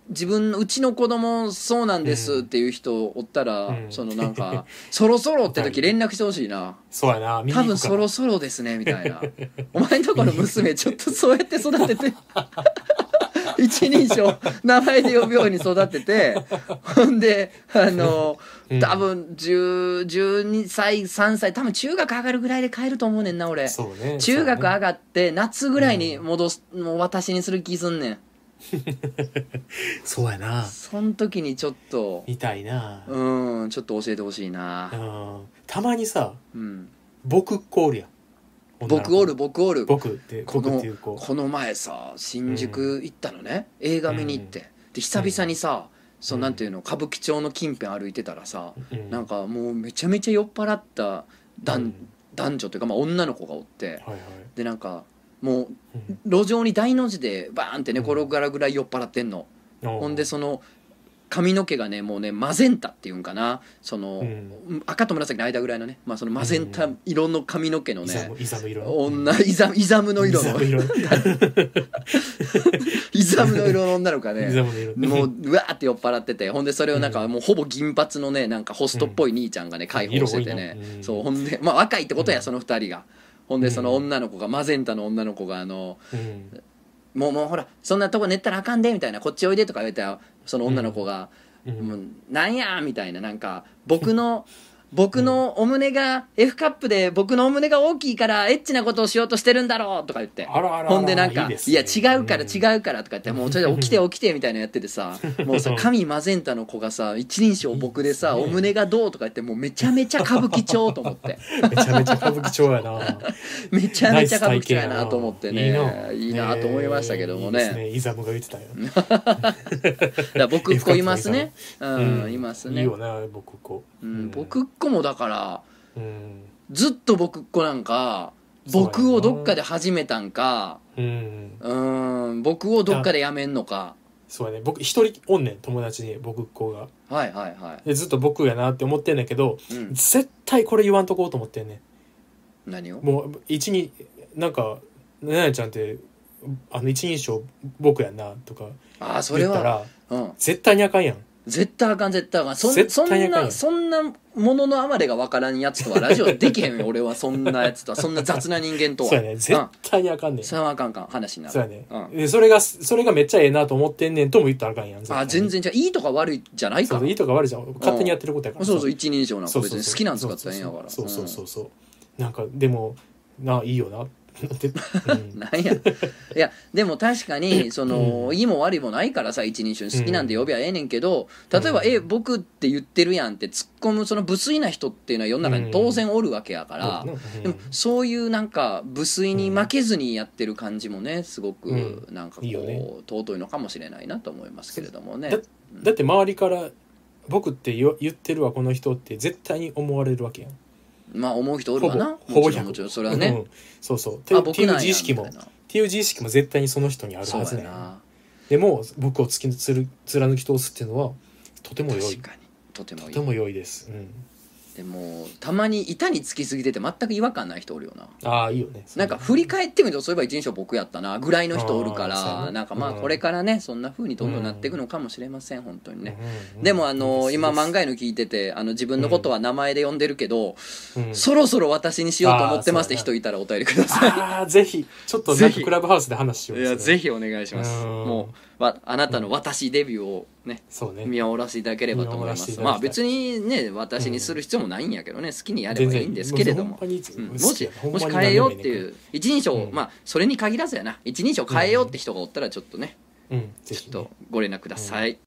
自分のうちの子供そうなんですっていう人おったら、そのなんかそろそろって時連絡してほしいな。 そうやな、 多分そろそろですねみたいな。お前んとこの娘ちょっとそうやって育てて一人称名前で呼ぶように育てて、ほんで多分12歳3歳多分中学上がるぐらいで帰ると思うねんな俺。 そうね、 中学上がって夏ぐらいに戻す、もう私にする気すんねん。 そうやな、 そん時にちょっとみたいな、 ちょっと教えてほしいな。 たまにさ、 うん、 僕っ子おるやん。 僕おる僕ってこいう子、 この前さ新宿行ったのね、映画見に行って、で久々にさ、そうなんていうの、歌舞伎町の近辺歩いてたらさ、なんかもうめちゃめちゃ酔っ払った男女というか、まあ、女の子がおって、はいはい、でなんかもう路上に大の字でバーンって寝転がるぐらい酔っ払ってんの、ほんでその髪の毛がねもうねマゼンタっていうんかな、その、赤と紫の間ぐらいのね、まあ、そのマゼンタ色の髪の毛のね、イザムの色のイザムの色の女の子がねもううわーって酔っ払ってて、ほんでそれをなんかもうほぼ銀髪のねなんかホストっぽい兄ちゃんがね解放しててね、そうほんでまあ若いってことやその二人が。ほんでその女の子がマゼンタの女の子がもうほらそんなとこ寝ったらあかんでみたいな、こっちおいでとか言われたらその女の子が、もうなんやみたいな、なんか僕のお胸が F カップで僕のお胸が大きいからエッチなことをしようとしてるんだろうとか言って、ほんでなんかいや違うから違うからとか言って、もうちょっと起きてみたいなやっててさ、もうさ神マゼンタの子がさ一人称僕でさお胸がどうとか言って、もうめちゃめちゃ歌舞伎町と思ってめちゃめちゃ歌舞伎町やなめちゃめちゃ歌舞伎町やなと思ってね、いいなと思いましたけどもね。 イザムが言ってたよだ僕っ子いますね、いますね。 いいよね僕っ子。 僕っ子もだから、ずっと僕っ子なんか僕をどっかで始めたんか、僕をどっかでやめんのか。 そうやね、僕一人おんねん友達に僕っ子が、 はいはいはい、 でずっと僕やなって思ってんだけど、絶対これ言わんとこうと思ってんねん。何を？ もうなんかなやちゃんって一人称僕やなとか言ったら、絶対にあかんやん。 絶対あかんそんなもののあまれが分からんやつとはラジオできへんよ俺は。そんなやつとは、そんな雑な人間とは。 そうやね、絶対にあかんねん。 それはあかん話になる。 そうやね、それがめっちゃええなと思ってんねんとも言ったらあかんやん。 全然違う、いいとか悪いじゃないか。 そういいとか悪いじゃん、勝手にやってることやから。 そう一人称なんか別に好きなん使ったらええんやから。 そうなんかでもいいよななんやいやでも確かにそのいいも悪いもないからさ、一人称好きなんで呼びゃええねんけど、例えば僕って言ってるやんって突っ込むその無粋な人っていうのは世の中に当然おるわけやから、でもそういうなんか無粋に負けずにやってる感じもねすごくなんかこう尊いのかもしれないなと思いますけれどもね。 だって周りから僕って言ってるわこの人って絶対に思われるわけやん。 まあ思う人おるわな、 ほぼもちろんそれはね、 そうっていう自意識も絶対にその人にあるはずね。でも僕を貫き通すっていうのはとても良い。 確かにとても良いです。 でもたまに板につきすぎてて全く違和感ない人おるよな。 いいよね。 なんか振り返ってみるとそういえば一人称僕やったなぐらいの人おるから、なんかまあこれからねそんな風にどんどんなっていくのかもしれません、本当にね。でも今漫画の聞いてて自分のことは名前で呼んでるけど、そろそろ私にしようと思ってますって人いたらお便りください。 ぜひちょっとなんかクラブハウスで話しよう。 いやぜひお願いします。もうあなたの私デビューをね、見守らせていただければと思います。まあ別にね私にする必要もないんやけどね、好きにやればいいんですけれども、もし変えようっていう一人称、まあそれに限らずやな、一人称変えようって人がおったらちょっとね、ちょっとご連絡ください。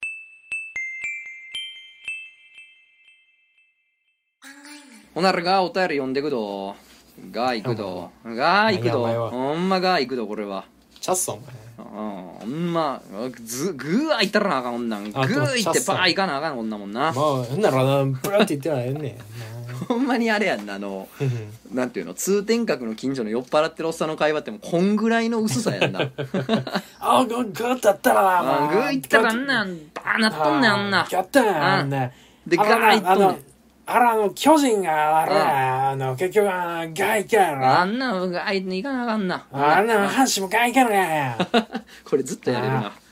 ほなるがお便り読んでくどがいくどほんまがいくど、これはチャッソンほんまグーはいったらなあかん、こんなんグーいってバーいかなあかんこんなもんな。 まあなんならなブラって言ってらえんねんほんまにあれやんな、なんていうの、通天閣の近所の酔っ払ってるおっさんの会話ってもうこんぐらいの薄さやんな。グーだったらな、 グーいったらあんなんバーなっとんねんあんな。 やったやんね。 でガーいっとんねん。 巨人が結局ガーいけやろ。 あんなガーいかなあかんな。 阪神もガーいけるやん。 これずっとやれるな。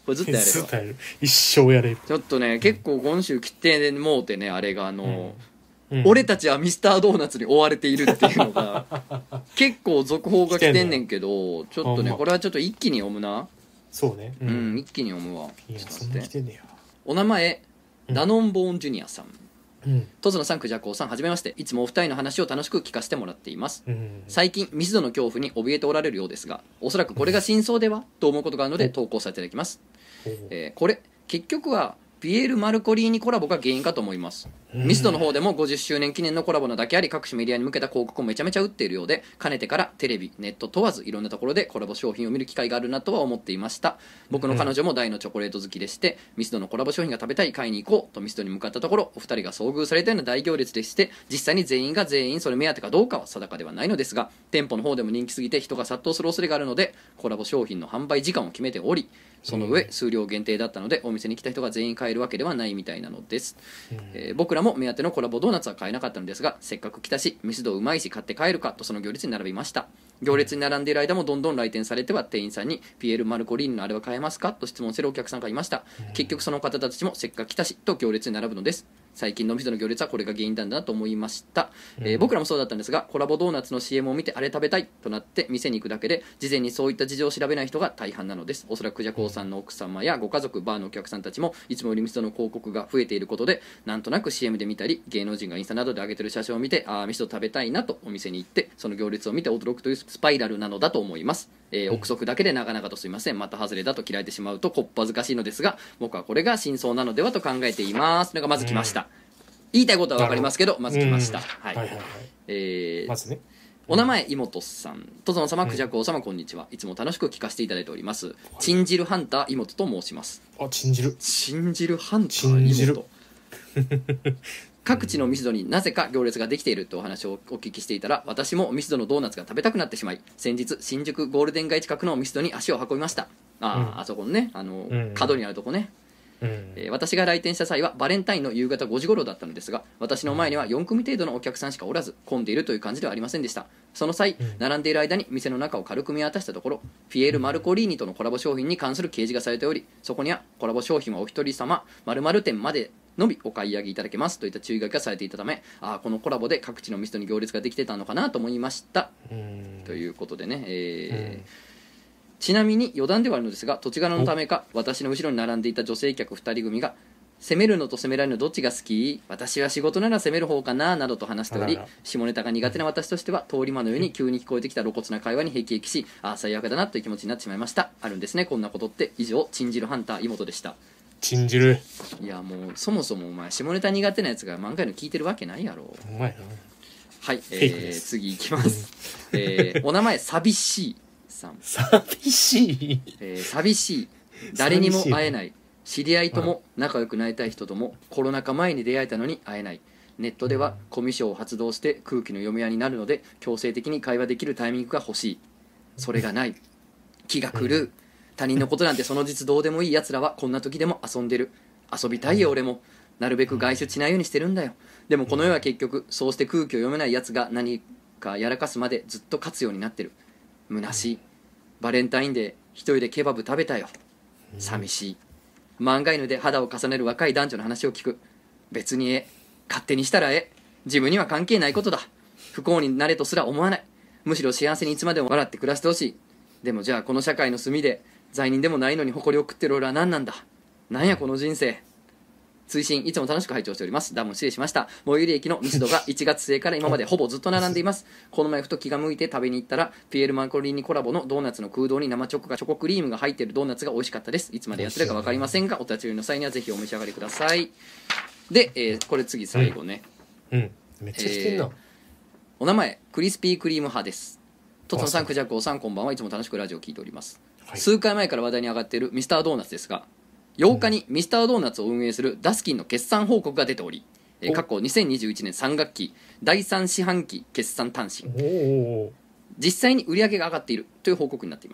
これずっとやれるずっとやる、一生やれる。 ちょっとね結構今週来てもうてね、あれがうん、 俺たちはミスタードーナツに追われているっていうのが結構続報が来てんねんけど、ちょっとねこれはちょっと一気に読むな。 そうね、 うん一気に読むわ。 いやそんな来てんねや。 お名前ダノンボーンジュニアさん、とつのさん、くじゃこうさん、はじめまして。いつもお二人の話を楽しく聞かせてもらっています。最近ミスドの恐怖に怯えておられるようですが、おそらくこれが真相ではと思うことがあるので投稿させていただきます。これ結局はピエール・マルコリーニコラボが原因かと思います。ミスドの方でも50周年記念のコラボなだけあり、各種メディアに向けた広告をめちゃめちゃ打っているようで、かねてからテレビネット問わずいろんなところでコラボ商品を見る機会があるなとは思っていました。僕の彼女も大のチョコレート好きでして、ミスドのコラボ商品が食べたい、買いに行こうとミスドに向かったところ、お二人が遭遇されたような大行列でして、実際に全員が全員それ目当てかどうかは定かではないのですが、店舗の方でも人気すぎて人が殺到する恐れがあるので、コラボ商品の販売時間を決めており、その上数量限定だったのでお店に来た人が全員買えるわけではないみたいなのです。僕らも目当てのコラボドーナツは買えなかったのですが、せっかく来たしミスドうまいし買って帰るかとその行列に並びました。行列に並んでいる間もどんどん来店されては、店員さんにピエール・マルコリーニのあれは買えますかと質問するお客さんがいました。結局その方たちもせっかく来たしと行列に並ぶのです。最近のミスドの行列はこれが原因なんだなと思いました。僕らもそうだったんですが、コラボドーナツの CM を見てあれ食べたいとなって店に行くだけで、事前にそういった事情を調べない人が大半なのです。おそらくクジャコウさんの奥様やご家族、バーのお客さんたちもいつもよりミスドの広告が増えていることで、なんとなく CM で見たり芸能人がインスタなどで上げてる写真を見て、ああミスド食べたいなとお店に行ってその行列を見て驚くというスパイラルなのだと思います。憶測だけで長々とすいません。また外れだと嫌えてしまうとこっぱずかしいのですが、僕はこれが真相なのではと考えていますのがまず来ました。言いたいことは分かりますけどまず来ました。 まずね、 お名前妹さん、とぞの様、くじゃこう様、こんにちは。いつも楽しく聞かせていただいております。チンジルハンター妹と申します。 あ、チンジルハンター妹各地のミスドになぜか行列ができているとお話をお聞きしていたら、私もミスドのドーナツが食べたくなってしまい、先日新宿ゴールデン街近くのミスドに足を運びました。あそこのね、角にあるとこね。私が来店した際はバレンタインの夕方5時頃だったのですが、私の前には4組程度のお客さんしかおらず混んでいるという感じではありませんでした。その際、並んでいる間に店の中を軽く見渡したところ、ピエール・マルコリーニとのコラボ商品に関する掲示がされており、そこにはコラボ商品はお一人様〇〇店までのみお買い上げいただけますといった注意書きがされていたため、このコラボで各地のミスドに行列ができてたのかなと思いました。ということでね、ちなみに余談ではあるのですが、土地柄のためか私の後ろに並んでいた女性客2人組が、攻めるのと攻められるのどっちが好き、私は仕事なら攻める方かななどと話しており、下ネタが苦手な私としては通り魔のように急に聞こえてきた露骨な会話に辟易し、最悪だなという気持ちになってしまいました。あるんですねこんなことって。以上、チンジルハンター妹でした。 チンジル、 いやもうそもそもお前下ネタ苦手なやつが漫画の聞いてるわけないやろ。 うまいな。 はい、次いきます。お名前寂しいさん。 寂しい、 寂しい、誰にも会えない、知り合いとも仲良くなりたい人ともコロナ禍前に出会えたのに会えない、ネットではコミュ障を発動して空気の読み合いになるので強制的に会話できるタイミングが欲しい、それがない、気が狂う、他人のことなんてその実どうでもいいやつらはこんな時でも遊んでる、遊びたいよ俺も、なるべく外出しないようにしてるんだよ。でもこの世は結局そうして空気を読めないやつが何かやらかすまでずっと勝つようになってる。虚しい。バレンタインデー一人でケバブ食べたよ。寂しい。漫画犬で肌を重ねる若い男女の話を聞く。別に勝手にしたら自分には関係ないことだ。不幸になれとすら思わない。むしろ幸せにいつまでも笑って暮らしてほしい。でもじゃあこの社会の隅で罪人でもないのに誇りを食ってる俺は何なんだ。なんやこの人生。追伸いつも楽しく拝聴しております。ダム失礼しました。最寄り駅のミスドが1月末から今までほぼずっと並んでいます。この前ふと気が向いて食べに行ったら、ピエール・マルコリーニコラボのドーナツの空洞に生チョコがチョコクリームが入っているドーナツが美味しかったです。いつまでやってるか分かりませんが、お立ち寄りの際にはぜひお召し上がりください。で、これ次最後ね。 めっちゃ来てんな。 お名前クリスピークリーム派です。とつのさん、くじゃこうさん、こんばんは。いつも楽しくラジオを聞いております。数回前から話題に上がっているミスタードーナツですが、8日にミスタードーナツを運営するダスキンの決算報告が出ており、過去2021年3学期第3四半期決算単身、実際に売り上げが上がっているという報告になっています。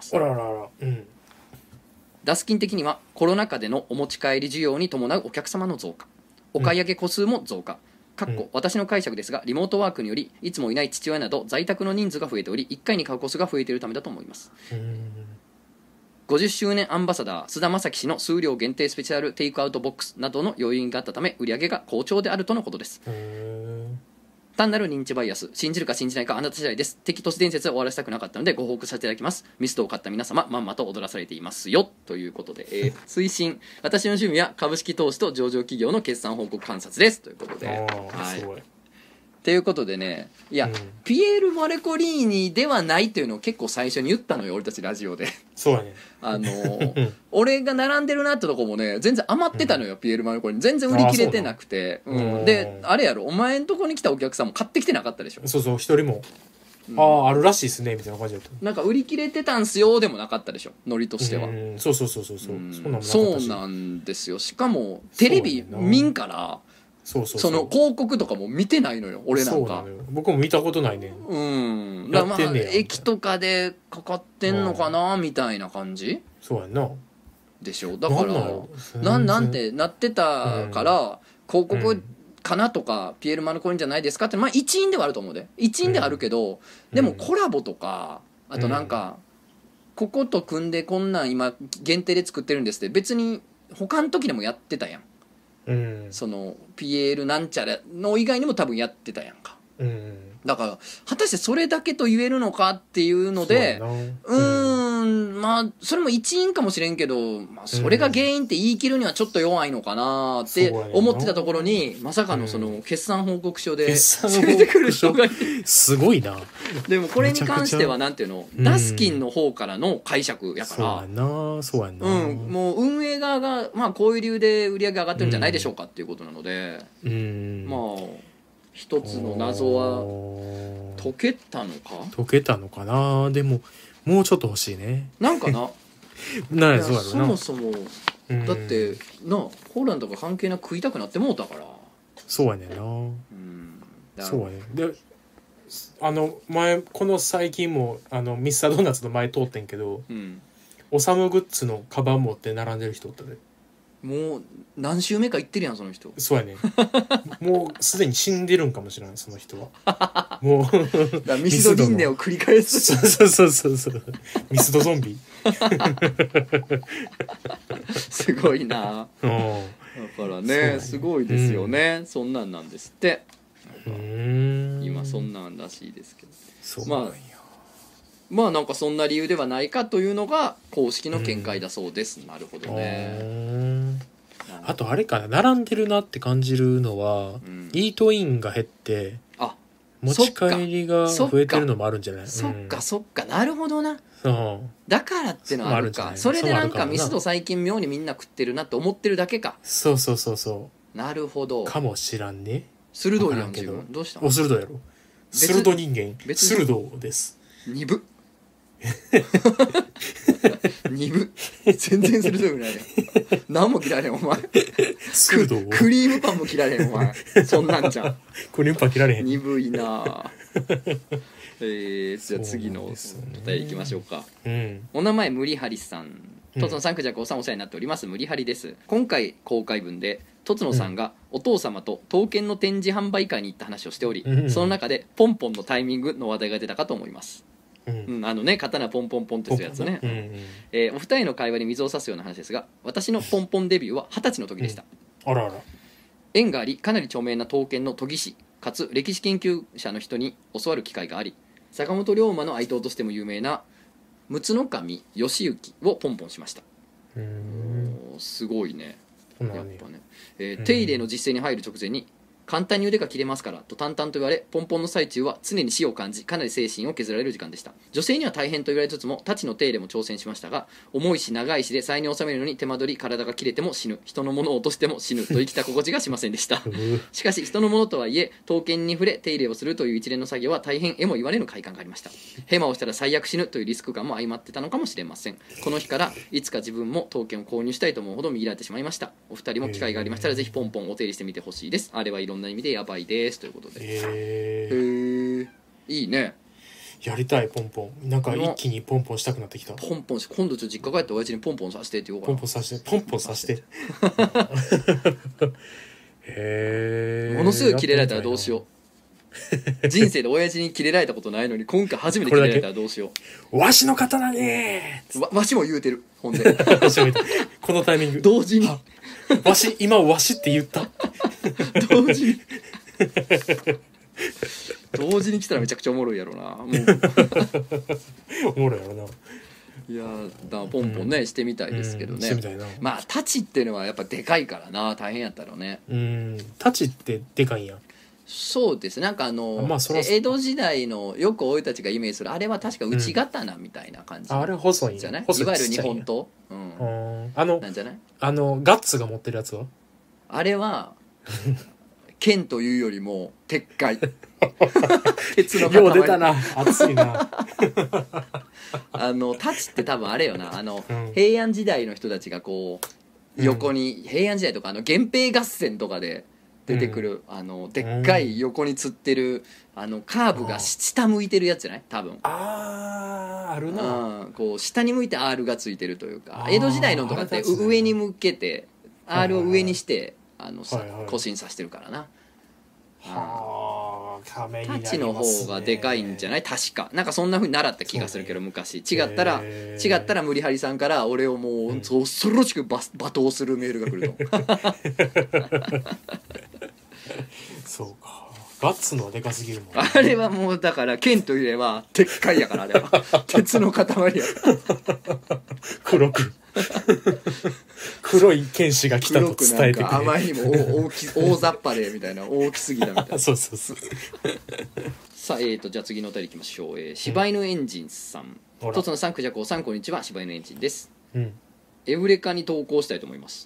ダスキン的にはコロナ禍でのお持ち帰り需要に伴うお客様の増加、お買い上げ個数も増加、私の解釈ですが、リモートワークによりいつもいない父親など在宅の人数が増えており、1回に買う個数が増えているためだと思います。 50周年アンバサダー菅田将暉氏の数量限定スペシャルテイクアウトボックスなどの要因があったため売り上げが好調であるとのことです。単なる認知バイアス、信じるか信じないかあなた次第です。敵都市伝説は終わらせたくなかったのでご報告させていただきます。ミストを買った皆様まんまと踊らされていますよということで、推進、私の趣味は株式投資と上場企業の決算報告観察ですということで、はい、すごいということでね、いや、ピエール・マレコリーニではないっていうのを結構最初に言ったのよ俺たちラジオで。 そうやね。 俺が並んでるなってとこもね全然余ってたのよ、ピエール・マレコリーニ全然売り切れてなくて、であれやろ、お前んとこに来たお客さんも買ってきてなかったでしょ。 そうそう、一人も、あるらしいですねみたいな感じだった。 なんか売り切れてたんすよでもなかったでしょ、ノリとしては。 そうそうなんですよ。しかもテレビ見んから、その広告とかも見てないのよ俺なんか。 僕も見たことないね。 だからまあ駅とかでかかってんのかなみたいな感じ。 そうやなでしょ。だからなんてなってたから、広告かなとかピエール・マルコリンじゃないですかって、まあ一因ではあると思うで、一因ではあるけど、でもコラボとかあとなんか、ここと組んでこんなん今限定で作ってるんですって別に他の時でもやってたやん。そのピエールなんちゃらの以外にも多分やってたやんか。だから果たしてそれだけと言えるのかっていうので、まあそれも一因かもしれんけど、まあ、それが原因って言い切るにはちょっと弱いのかなって思ってたところに、まさかのその決算報告書で攻めてくる人がいてすごいな。 でもこれに関してはなんていうの、ダスキンの方からの解釈やから、 そうやな、 もう運営側がまあこういう理由で売り上げ上がってるんじゃないでしょうかっていうことなので、まあ一つの謎は解けたのかな。でももうちょっと欲しいね。 なんかなそもそもだってな、ホーランドが関係なく食いたくなってもうたから。 そうやねんな。そうやね。で前この最近もミスタードーナツの前通ってんけど、オサムグッズのカバン持って並んでる人おったで。 もう何週目か行ってるやんその人。 そうやね。もうすでに死んでるんかもしれないその人は。もうミスド輪廻を繰り返す。 そうミスドゾンビ。 すごいな。だからね、すごいですよね。そんなんなんですって。今そんなんらしいですけど、まあなんかそんな理由ではないかというのが公式の見解だそうです。なるほどね。 あとあれかな、並んでるなって感じるのは、イートインが減って持ち帰りが増えてるのもあるんじゃない。 そっかなるほどな。だからってのはあるか。それでなんかミスド最近妙にみんな食ってるなって思ってるだけか。 そうなるほど。 かもしらんね。 鋭いやん自分。どうしたの。 鋭いやろ。鋭人間。鋭です。 鈍全然鋭くないよ。何も切られんお前。クリームパンも切られんお前。そんなんじゃん。 クリームパン切られへん。 鈍いな。じゃあ次のお答えいきましょうか。お名前ムリハリさん。とつのさん、くじゃこさんお世話になっておりますムリハリです。今回公開分でとつのさんがお父様と刀剣の展示販売会に行った話をしており、その中でポンポンのタイミングの話題が出たかと思います。刀ポンポンポンってするやつね。お二人の会話に水を差すような話ですが、私のポンポンデビューは20歳の時でした。縁がありかなり著名な刀剣の研ぎ師かつ歴史研究者の人に教わる機会があり、坂本龍馬の愛刀としても有名な陸奥守義行をポンポンしました。すごいね。やっぱね、手入れの実践に入る直前に簡単に腕が切れますからと淡々と言われ、ポンポンの最中は常に死を感じ、かなり精神を削られる時間でした。女性には大変と言われつつも太刀の手入れも挑戦しましたが、重いし長いしで才に収めるのに手間取り、体が切れても死ぬ、人のものを落としても死ぬと生きた心地がしませんでしたしかし人のものとはいえ刀剣に触れ手入れをするという一連の作業は大変えも言われぬ快感がありました。ヘマをしたら最悪死ぬというリスク感も相まってたのかもしれません。この日からいつか自分も刀剣を購入したいと思うほど見入られてしまいました。お二人も機会がありましたらぜひポンポンお手入れしてみてほしいです。あれはいろんな意味でやばいですということで。いいね。 やりたい。ポンポンなんか一気にポンポンしたくなってきた。 ポンポンし、今度実家帰って親父にポンポンさせてって言おうかな。 ポンポンさせてものすごいキレられたらどうしよ人生で親父にキレられたことないのに今回初めてキレられたらどうしよわしの刀にう。わしも言うてるほんでこのタイミング同時にわし今わしって言った同時に同時に来たらめちゃくちゃおもろいやろな。もうおもろいやろな。 いやだからポンポンね、してみたいですけどね、 してみたいな。 まあ太刀っていうのはやっぱでかいからな、大変やったろうね。 太刀ってでかいんや。 そうです。なんかまあ江戸時代のよく俺たちがイメージするあれは確か内刀みたいな感じ、 あれ細いんじゃない、い細いわゆる日本刀、なんじゃない。 ガッツが持ってるやつはあれは剣というよりも鉄塊鉄の塊。 よう出たな、熱いな太刀って多分あれよな、平安時代の人たちがこう横に、平安時代とか源平合戦とかで出てくる、でっかい横につってるカーブが下向いてるやつじゃない多分。 あるな、 こう下に向いて R がついてるというか、江戸時代のとかって上に向けて R を上にして腰に刺してるからな。 ためになりますね。 太刀の方がでかいんじゃない確か。なんかそんな風に習った気がするけど、昔違ったら無理はりさんから俺をもう恐ろしく罵倒するメールが来るとそうか、ガッツのはでかすぎるもん、 あれはもうだから剣といえばでっかいやから、あれは鉄の塊や黒く黒い剣士が来たと伝えてくれ。 あまりにも大雑把でみたいな、大きすぎたみたいなそうそうそうさあ、じゃあ次のお便りいきましょう。柴犬エンジンさん、とつのさん、くじゃこさん、こんにちは。柴犬エンジンです。エウレカに投稿したいと思います。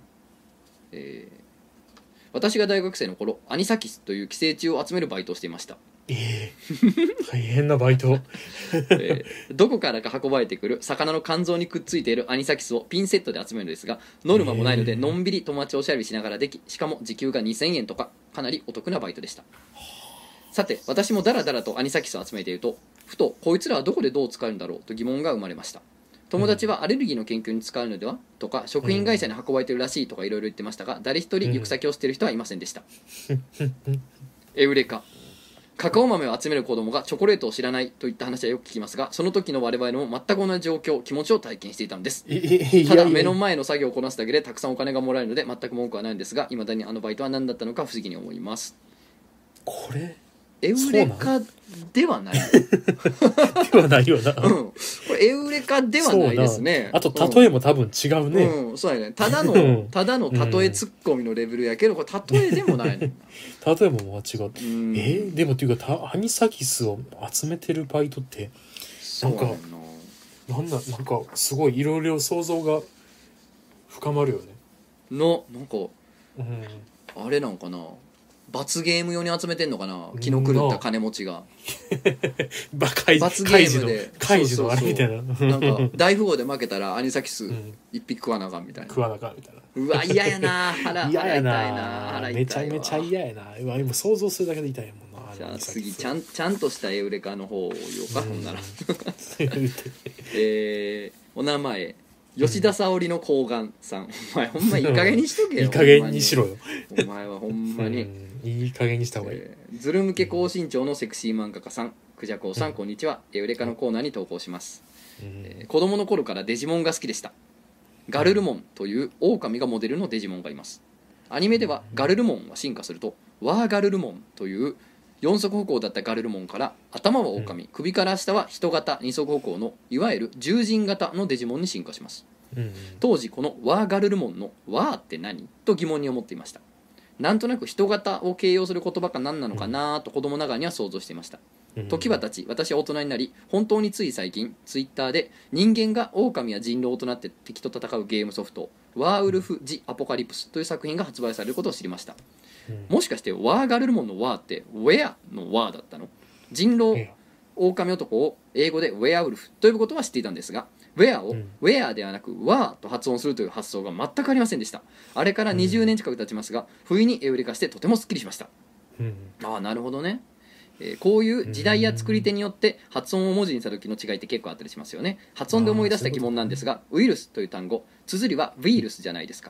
私が大学生の頃、アニサキスという寄生虫を集めるバイトをしていました。 大変なバイト、 どこからか運ばれてくる魚の肝臓にくっついているアニサキスをピンセットで集めるのですが、ノルマもないのでのんびり友達をおしゃべりしながらでき、しかも時給が2000円とかかなりお得なバイトでした。さて私もダラダラとアニサキスを集めていると、ふとこいつらはどこでどう使えるんだろうと疑問が生まれました。友達はアレルギーの研究に使うのではとか、食品会社に運ばれてるらしいとかいろいろ言ってましたが、誰一人行く先を知っている人はいませんでした。エウレカ、カカオ豆を集める子供がチョコレートを知らないといった話はよく聞きますが、その時の我々も全く同じ状況、気持ちを体験していたのです。ただ目の前の作業をこなすだけでたくさんお金がもらえるので全く文句はないんですが、未だにあのバイトは何だったのか不思議に思います。 これエウレカではないではないよな、 これエウレカではないですね。 あと例えも多分違うね、 そうやね、ただの例えツッコミのレベルやけど、これ例えでもないね例えも間違って、でもっていうかアニサキスを集めてるバイトってなんかなんかすごいいろいろ想像が深まるよね。 なんか、あれなんかな、罰ゲーム用に集めてんのかな、気の狂った金持ちが罰ゲームでカイジのあれみたいな、 なんか大富豪で負けたらアニサキス一匹食わなあかんみたいな、 食わなあかんみたいな。 うわ嫌やな、 嫌やな、 めちゃめちゃ嫌やな。今想像するだけで痛いもんな。 じゃあ次ちゃんとしたエウレカの方を言おうか、ほんならお名前吉田沙保里の睾丸さん、お前ほんまいい加減にしとけよいい加減にしろよお前はほんまにいい加減にした方がいい。 ズル向け高身長のセクシー漫画家さん、クジャコウさん、こんにちは。エウレカのコーナーに投稿します。子供の頃からデジモンが好きでした。ガルルモンという狼がモデルのデジモンがいます。アニメではガルルモンは進化するとワーガルルモンという4足歩行だったガルルモンから頭は狼、首から下は人型2足歩行のいわゆる獣人型のデジモンに進化します。当時このワーガルルモンのワーって何と疑問に思っていました。なんとなく人型を形容する言葉か何なのかなと子供ながらには想像していました。時は経ち私は大人になり、本当につい最近ツイッターで人間が狼や人狼となって敵と戦うゲームソフトワーウルフ・ジ・アポカリプスという作品が発売されることを知りました。もしかしてワーガルルモンのワーってウェアのワーだったの？人狼狼男を英語でウェアウルフと呼ぶことは知っていたんですが、ウェアをウェアではなくワーと発音するという発想が全くありませんでした。あれから20年近く経ちますが、不意にエウレカしてとてもすっきりしました。ああ、なるほどね。こういう時代や作り手によって発音を文字にした時の違いって結構あったりしますよね。発音で思い出した疑問なんですが、ウイルスという単語、綴りはウイルスじゃないですか。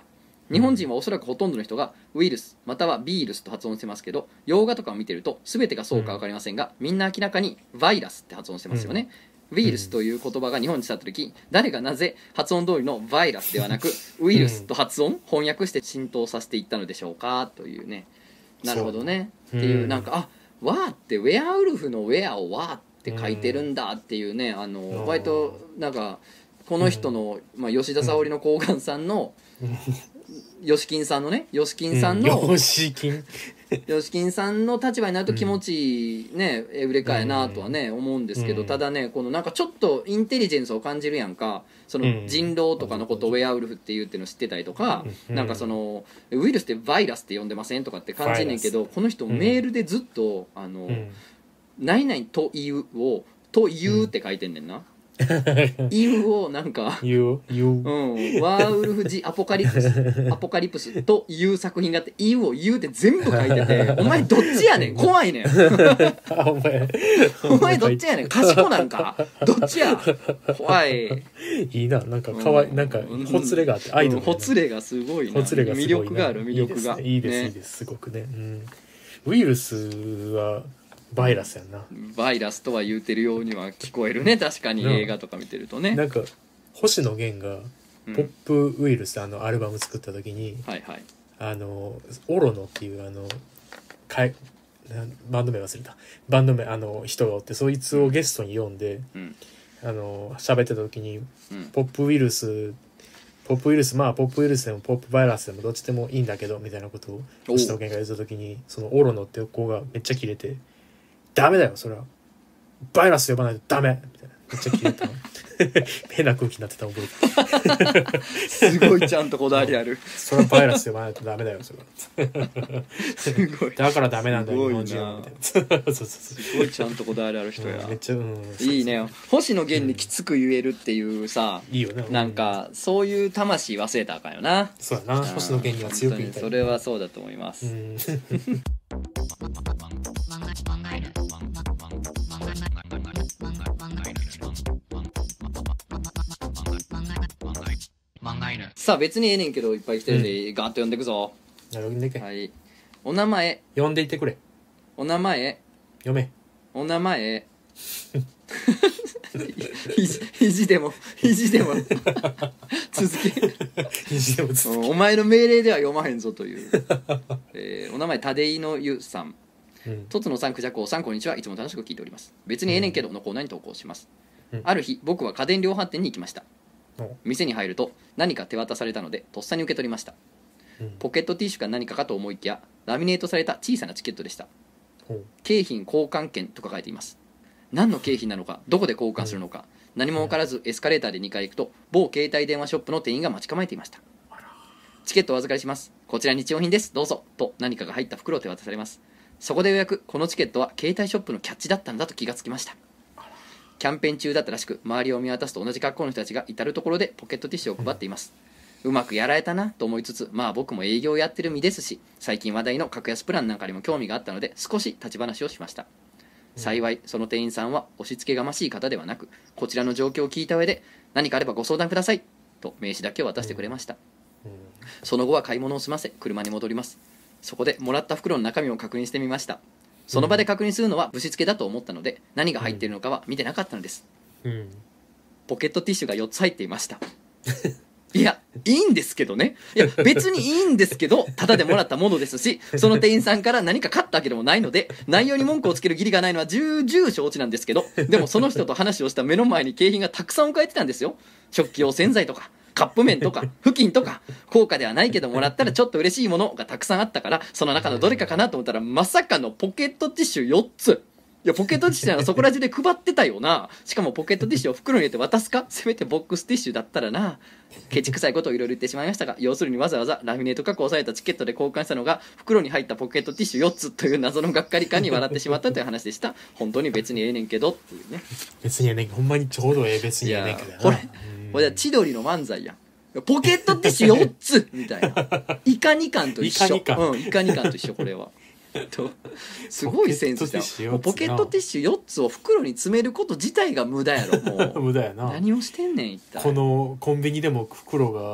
日本人はおそらくほとんどの人がウイルスまたはビールスと発音してますけど、洋画とかを見てると全てがそうか分かりませんが、みんな明らかにバイラスって発音してますよね。ウイルスという言葉が日本に伝わった時、誰がなぜ発音通りのバイラスではなくウイルスと発音翻訳して浸透させていったのでしょうかというね。なるほどねっていう、なんかワーってウェアウルフのウェアをワーって書いてるんだっていうね、割となんかこの人の、吉田沙保里の睾丸さんの吉金さんのね、吉金さんの、吉金さんの立場になると気持ちいいね、エウレカやなとはね、思うんですけど、ただね、このなんかちょっとインテリジェンスを感じるやんか。その人狼とかのことをウェアウルフって言うっていうの知ってたりとか、なんかそのウイルスってバイラスって呼んでませんとかって感じねんけど、この人メールでずっと何々というをというって書いてんねんな。いうをなんかワーウルフ・ジ・アポカリプスという作品があって、いうを言うって全部書いてて、お前どっちやねん、怖いねんお前どっちやねん、賢なんかどっちや、怖い。 いいな、なんかかわい、なんかほつれがあってアイドルほつれがすごいな、魅力がある、魅力がいいですいいですすごくね。ウイルスはバイラスやんな。 バイラスとは言うてるようには聞こえるね、確かに映画とか見てるとね。 なんか星野源がポップウイルスアルバム作った時に、オロノっていうバンド名忘れた、バンド名人がおって、そいつをゲストに呼んで喋ってた時に、ポップウイルスポップウイルスでもポップバイラスでもどっちでもいいんだけどみたいなことを星野源が言った時に、そのオロノっていう子がめっちゃキレて、ダメだよそれはバイラス呼ばないとダメみたいな、めっちゃキレた変な空気になってたの覚えてすごいちゃんとこだわりあるそれはバイラス呼ばないとダメだよそれはすごいだからダメなんだよ日本人はみたいなすごいちゃんとこだわりある人や、 めっちゃ、 いいね。星野源にきつく言えるっていうさ、 いいよね、 なんかそういう魂忘れたらあかんよな。 そうやな、星野源には強く言いたい。 それはそうだと思います。さあ別にええねんけどいっぱい来てるんで、ガーッと読んでいくぞ。 読んでけ。 はい。お名前。 読んでいってくれ。 お名前。 読め。 お名前。肘でも続け肘でも続け、 お前の命令では読まへんぞという、お名前立井のゆさん。とつのさん、くじゃこさん、こんにちは。いつも楽しく聞いております。別にええねんけどのコーナーに投稿します。ある日僕は家電量販店に行きました。店に入ると何か手渡されたのでとっさに受け取りました。ポケットティッシュか何かかと思いきやラミネートされた小さなチケットでした。景品交換券と書かれています。何の景品なのか、どこで交換するのか、何も分からずエスカレーターで2階行くと某携帯電話ショップの店員が待ち構えていました。チケットお預かりします、こちら日用品です、どうぞと何かが入った袋を手渡されます。そこでようやくこのチケットは携帯ショップのキャッチだったんだと気がつきました。キャンペーン中だったらしく、周りを見渡すと同じ格好の人たちが至る所でポケットティッシュを配っています。うまくやられたなと思いつつ、まあ僕も営業やってる身ですし、最近話題の格安プランなんかにも興味があったので少し立ち話をしました。幸いその店員さんは押し付けがましい方ではなく、こちらの状況を聞いた上で何かあればご相談くださいと名刺だけを渡してくれました。その後は買い物を済ませ車に戻ります。そこでもらった袋の中身を確認してみました。その場で確認するのはぶしつけだと思ったので、何が入っているのかは見てなかったのです。ポケットティッシュが4つ入っていました。いや、いいんですけどね。いや、別にいいんですけど、タダでもらったものですし、その店員さんから何か買ったわけでもないので、内容に文句をつける義理がないのは重々承知なんですけど、でもその人と話をした目の前に景品がたくさん置かれてたんですよ。食器用洗剤とか、カップ麺とか、布巾とか、高価ではないけどもらったらちょっと嬉しいものがたくさんあったから、その中のどれかかなと思ったら、まさかのポケットティッシュ4つ。いや、ポケットティッシュならそこら中で配ってたよな。しかもポケットティッシュを袋に入れて渡すか、せめてボックスティッシュだったらな。ケチくさいことをいろいろ言ってしまいましたが、要するにわざわざラミネート加工されたチケットで交換したのが袋に入ったポケットティッシュ4つという謎のがっかり感に笑ってしまったという話でした。本当に別にええねんけどっていうね。 別にええねん、ほんまにちょうどええ別にええねんけどな。 これは千鳥の漫才やん。ポケットティッシュ4つみたいな。イカ2貫と一緒。イカ2貫と一緒、これは。すごいセンスだよ。ポケットティッシュ4つを袋に詰めること自体が無駄やろ。もう無駄やな。 何をしてんねん一体。 このコンビニでも袋が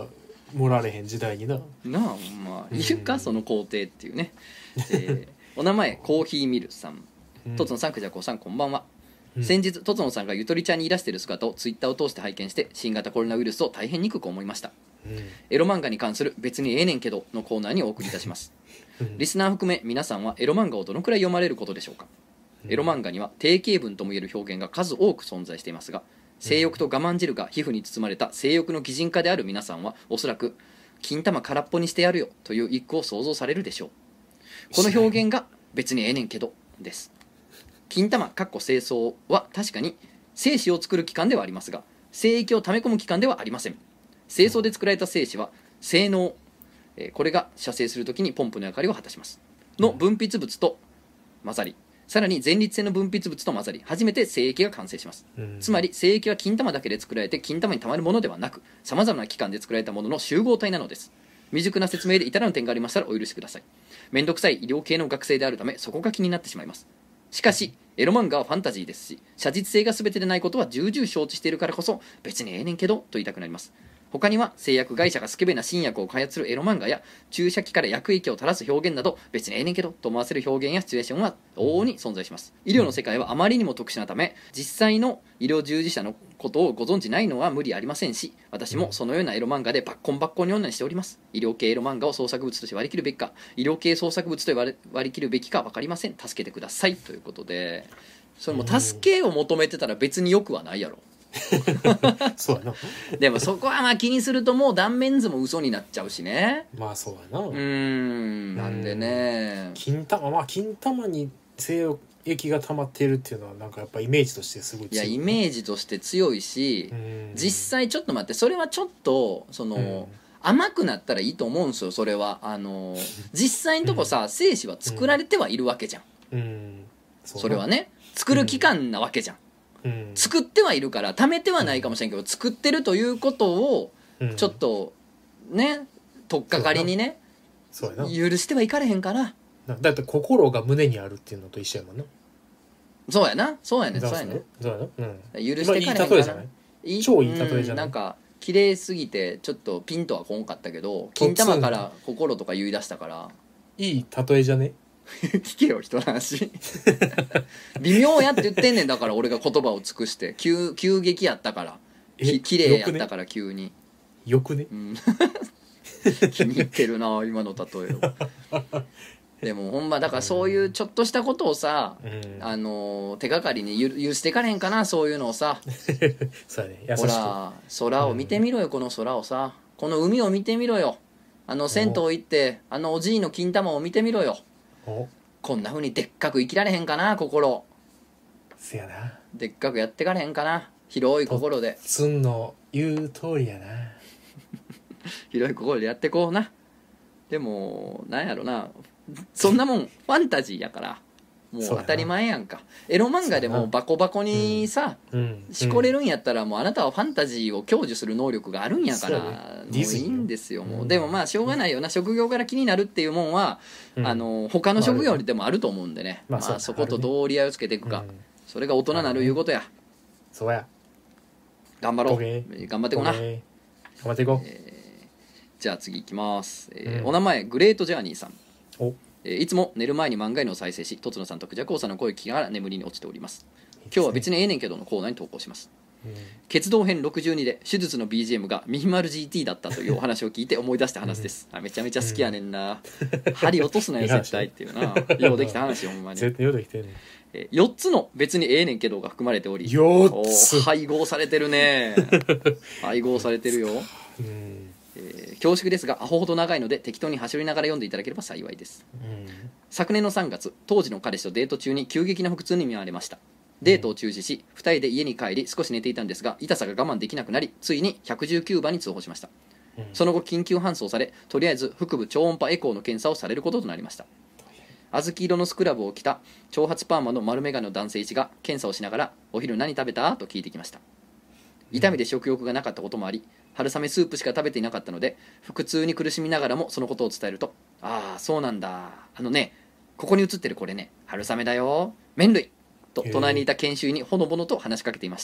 盛られへん時代にな。 なあ、まあいるかその工程っていうね、お名前コーヒーミルさん、とつのさん、くじゃこさん、こんばんは。先日とつのさんがゆとりちゃんにいらしている姿をツイッターを通して拝見して、新型コロナウイルスを大変憎く思いました。エロ漫画に関する別にええねんけどのコーナーにお送りいたします。リスナー含め皆さんはエロ漫画をどのくらい読まれることでしょうか。エロ漫画には定型文ともいえる表現が数多く存在していますが、性欲と我慢汁が皮膚に包まれた性欲の擬人化である皆さんはおそらく金玉空っぽにしてやるよという一句を想像されるでしょう。この表現が別にええねんけどです。金玉かっこ精巣は確かに精子を作る器官ではありますが、精液を溜め込む器官ではありません。精巣で作られた精子は精嚢、これが射精するときにポンプの役割を果たしますの分泌物と混ざり、さらに前立腺の分泌物と混ざり、初めて精液が完成します。つまり精液は金玉だけで作られて金玉にたまるものではなく、さまざまな器官で作られたものの集合体なのです。未熟な説明で至らぬ点がありましたらお許しください。めんどくさい医療系の学生であるためそこが気になってしまいます。しかしエロ漫画はファンタジーですし、写実性が全てでないことは重々承知しているからこそ別にええねんけどと言いたくなります。他には製薬会社がスケベな新薬を開発するエロ漫画や注射器から薬液を垂らす表現など別にええねんけどと思わせる表現やシチュエーションは往々に存在します。医療の世界はあまりにも特殊なため、実際の医療従事者のことをご存じないのは無理ありませんし、私もそのようなエロ漫画でバッコンバッコンに女にしております。医療系エロ漫画を創作物として割り切るべきか、医療系創作物と割り切るべきか分かりません。助けてくださいということで、それも助けを求めてたら別によくはないやろ。 そうやな。 でもそこはまあ気にするともう断面図も嘘になっちゃうしね。 まあそうやな。 なんでね、 金玉に性液が溜まっているっていうのはなんかやっぱイメージとしてすごい強い。 いやイメージとして強いし、実際ちょっと待って、それはちょっとその、甘くなったらいいと思うんですよ。それは実際のとこさ、精子は作られてはいるわけじゃん。それはね、作る期間なわけじゃん。作ってはいるから貯めてはないかもしれんけど、作ってるということをちょっとね、取っかかりにね、許してはいかれへんから。 だって心が胸にあるっていうのと一緒やもんな。 そうやな、そうやね、そうやね。許していかれへんから。 超いい例えじゃない。 なんか綺麗すぎてちょっとピンとはこんかったけど、金玉から心とか言い出したからいい例えじゃね。 聞けよ人の話。微妙やって言ってんねん。だから俺が言葉を尽くして急激やったから、綺麗やったから急によくね、 気に入ってるな今の例えを。でもほんまだからそういうちょっとしたことをさ、手がかりに許していかれへんかな、そういうのをさ。 そうやね、優しく。 ほら空を見てみろよ、この空をさ、この海を見てみろよ、銭湯行っておじいの金玉を見てみろよ。こんな風にでっかく生きられへんかな、心。 せやな、 でっかくやってかれへんかな、広い心で。 つんの言う通りやな。 広い心でやってこうな。でもなんやろな、そんなもんファンタジーやからもう当たり前やんか。エロ漫画でもバコバコにさ、しこれるんやったらもうあなたはファンタジーを享受する能力があるんやから、もういいんですよ。もうでもまあしょうがないよな、職業から気になるっていうもんは他の職業でもあると思うんでね、まあそことどう折り合いをつけていくか、それが大人なるいうことや。 そうや、 頑張ろう、頑張ってこな、 頑張っていこう。 じゃあ次いきます。お名前グレートジャーニーさん。いつも寝る前に漫画犬を再生し、とつのさんとクジャコウさんの声を聞きながら眠りに落ちております。今日は別にええねんけどのコーナーに投稿します。決闘編62で手術の BGM がミヒマル GT だったというお話を聞いて思い出した話です。めちゃめちゃ好きやねんな。針落とすなよ絶対っていうな。ようできた話、ほんまに絶対ようできてるね。 4つの別にええねんけどが含まれており、 4つ配合されてるね。配合されてるよ。恐縮ですがアホほど長いので適当に走りながら読んでいただければ幸いです。昨年の3月、当時の彼氏とデート中に急激な腹痛に見舞われました。デートを中止し2人で家に帰り少し寝ていたんですが、痛さが我慢できなくなりついに119番に通報しました。その後緊急搬送され、とりあえず腹部超音波エコーの検査をされることとなりました。小豆色のスクラブを着た長髪パーマの丸眼鏡の男性1が検査をしながらお昼何食べたと聞いてきました。痛みで食欲がなかったこともあり、春雨スープしか食べていなかったので腹痛に苦しみながらもそのことを伝えると、ああそうなんだ、ね、ここに写ってるこれね春雨だよ、麺類と隣にいた研修医にほのぼのと話しかけていました。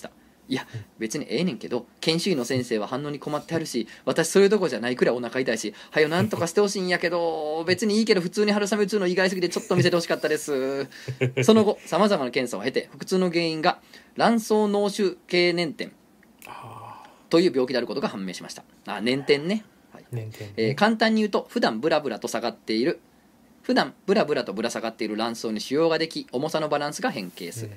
いや別にええねんけど研修医の先生は反応に困ってはるし私それどころじゃないくらいお腹痛いしはよなんとかしてほしいんやけど別にいいけど普通に春雨打つの意外すぎてちょっと見せてほしかったですその後さまざまな検査を経て腹痛の原因が卵巣脳腫系粘点という病気であることが判明しました。粘点ね、はい簡単に言うと普段ブラブラとぶら下がっている卵巣に腫瘍ができ重さのバランスが変化する、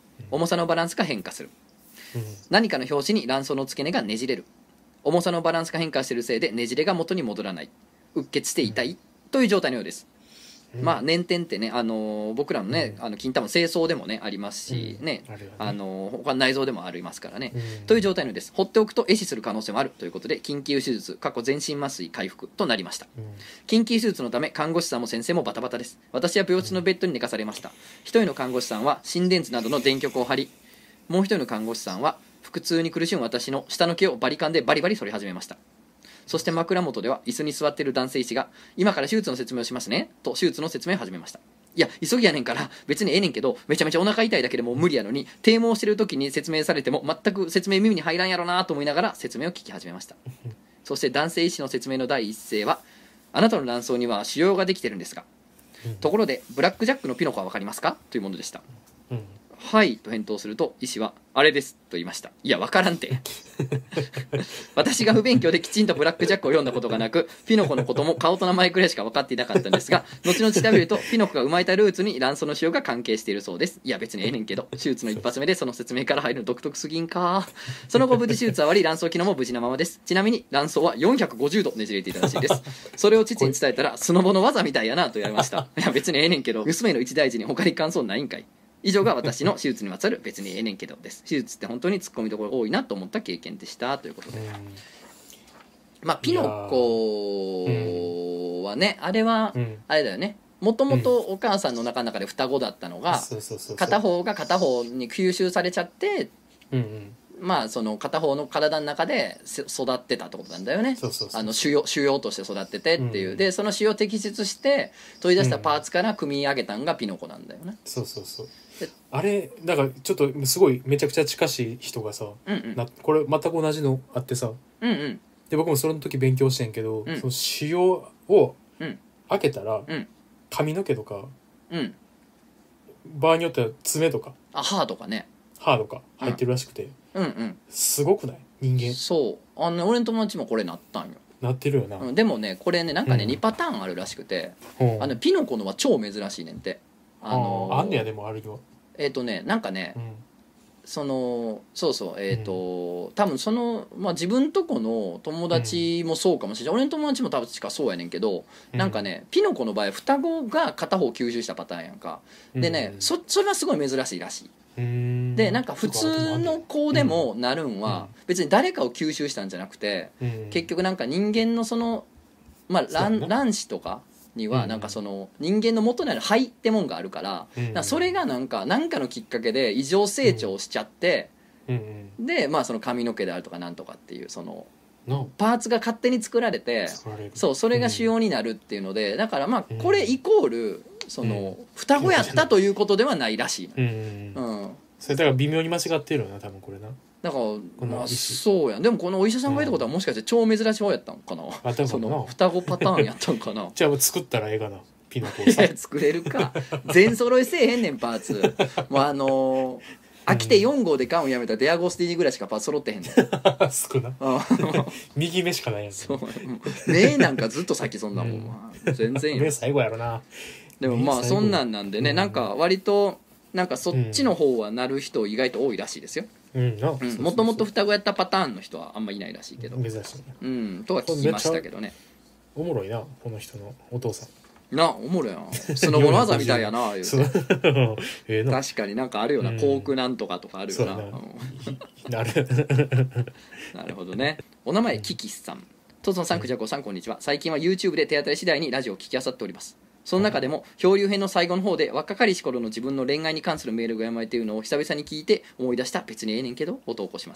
何かの拍子に卵巣の付け根がねじれる、重さのバランスが変化しているせいでねじれが元に戻らない、うっ血して痛いという状態のようです。まあ粘点ってね、僕らのね、金玉精巣でもねありますしね、他の内臓でもありますからね、という状態のようです。放っておくと壊死する可能性もあるということで緊急手術全身麻酔回復となりました。緊急手術のため看護師さんも先生もバタバタです。私は病室のベッドに寝かされました。一人の看護師さんは心電図などの電極を貼り、もう一人の看護師さんは腹痛に苦しむ私の下の毛をバリカンでバリバリ剃り始めました。そして枕元では椅子に座っている男性医師が今から手術の説明をしますねと手術の説明を始めました。いや急ぎやねんから別にええねんけどめちゃめちゃお腹痛いだけでもう無理やのに低毛してる時に説明されても全く説明耳に入らんやろなと思いながら説明を聞き始めました。そして男性医師の説明の第一声はあなたの卵巣には腫瘍ができてるんですが、ところでブラックジャックのピノコは分かりますかというものでした。はいと返答すると医師はあれですと言いました。いや分からんて私が不勉強できちんとブラックジャックを読んだことがなくピノコのことも顔と名前くらいしか分かっていなかったんですが後々調べるとピノコが生まれたルーツに卵巣の腫瘍が関係しているそうです。いや別にええねんけど手術の一発目でその説明から入るの独特すぎんか。その後無事手術は終わり卵巣機能も無事なままです。ちなみに卵巣は450度ねじれていたらしいです。それを父に伝えたらスノボの技みたいやなと言われました。いや別にええねんけど娘の一大事に他に感想ないんかい。以上が私の手術にまつわる別にええねんけどです。手術って本当に突っ込みどころ多いなと思った経験でしたということで、まあピノコはね、あれはあれだよね、もともとお母さんの中で双子だったのが片方が片方に吸収されちゃって、まあその片方の体の中で育ってたってことなんだよね。腫瘍として育っててっていう、でその腫瘍を摘出して取り出したパーツから組み上げたんがピノコなんだよね。 あれだからちょっとすごいめちゃくちゃ近しい人がさ、これ全く同じのあってさ、で僕もその時勉強してんけど、その腫瘍を開けたら、髪の毛とか、場合によっては爪とか歯とかね、 歯とか入ってるらしくて、すごくない？人間そう、俺の友達もこれなったんよ。 なってるよな、 でもねこれねなんかね、2パターンあるらしくて、ピノコのは超珍しいねんて。 あんねや。でもあるよ。 なんかね、そう多分その、まあ、自分とこの友達もそうかもしれない、俺の友達も多分そうやねんけど、なんかねピノコの場合双子が片方吸収したパターンやんか。でね、それはすごい珍しいらしい。でなんか普通の子でもなるんは別に誰かを吸収したんじゃなくて、結局なんか人間のその、まあ、卵子とかにはなんかその人間の元にある肺ってもんがあるから、それがなんかのきっかけで異常成長しちゃって、でまあその髪の毛であるとかなんとかっていうそのパーツが勝手に作られて、それが腫瘍になるっていうので、だからまあこれイコールその双子やったということではないらしい。 それだから微妙に間違ってるよな多分これな。 だからまあそうやん。でもこのお医者さんが言ったことはもしかして超珍しい方やったんかな。その双子パターンやったんかな。 じゃあ作ったらええかなピノコをさ。 作れるか。全揃いせえへんねんパーツ。もう飽きて4号で買うんやめたらデアゴスティーニぐらいしかパーツ揃ってへんねん。 少な。右目しかないやつ。 目なんかずっと先そんなもん、全然や。 目最後やろな。 でもまあそんなんなんでね、なんか割となんかそっちの方はなる人意外と多いらしいですよ。もともと双子やったパターンの人はあんまいないらしいけど、 珍しいね。とは聞きましたけどね。 おもろいなこの人のお父さん。 おもろいやん。スノボの技みたいやな言うて。確かになんかあるよな、コークなんとかとかあるよな。なるほどね。お名前キキスさん。とつのさん、くじゃこさん、こんにちは。最近は YouTube で手当たり次第にラジオを聞き漁っております。その中でも漂流編の最後の方で若かりし頃の自分の恋愛に関するメールが読まれているのを久々に聞いて思い出した別にええねんけどを投稿します。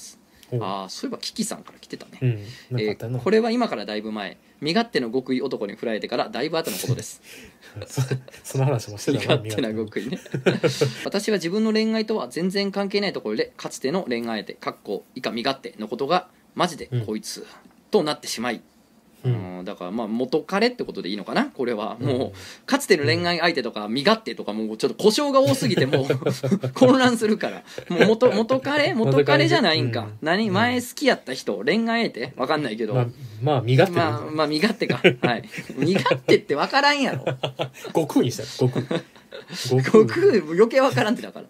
ああそういえばキキさんから来てたね、 なんかあったなこれは今からだいぶ前、身勝手の極意男に振られてからだいぶ後のことですその話もして身たな勝手な極意ね私は自分の恋愛とは全然関係ないところでかつての恋愛相手以下身勝手のことがマジでこいつ、となってしまい、だからまあ元彼ってことでいいのかなこれは。もうかつての恋愛相手とか身勝手とかもうちょっと故障が多すぎてもう混乱するから、もう元彼じゃないんか、何前好きやった人恋愛相手わかんないけど、 まあ身勝手まあ身勝手かはい身勝手ってわからんやろ悟空にしたら悟空悟空余計わからんってだから、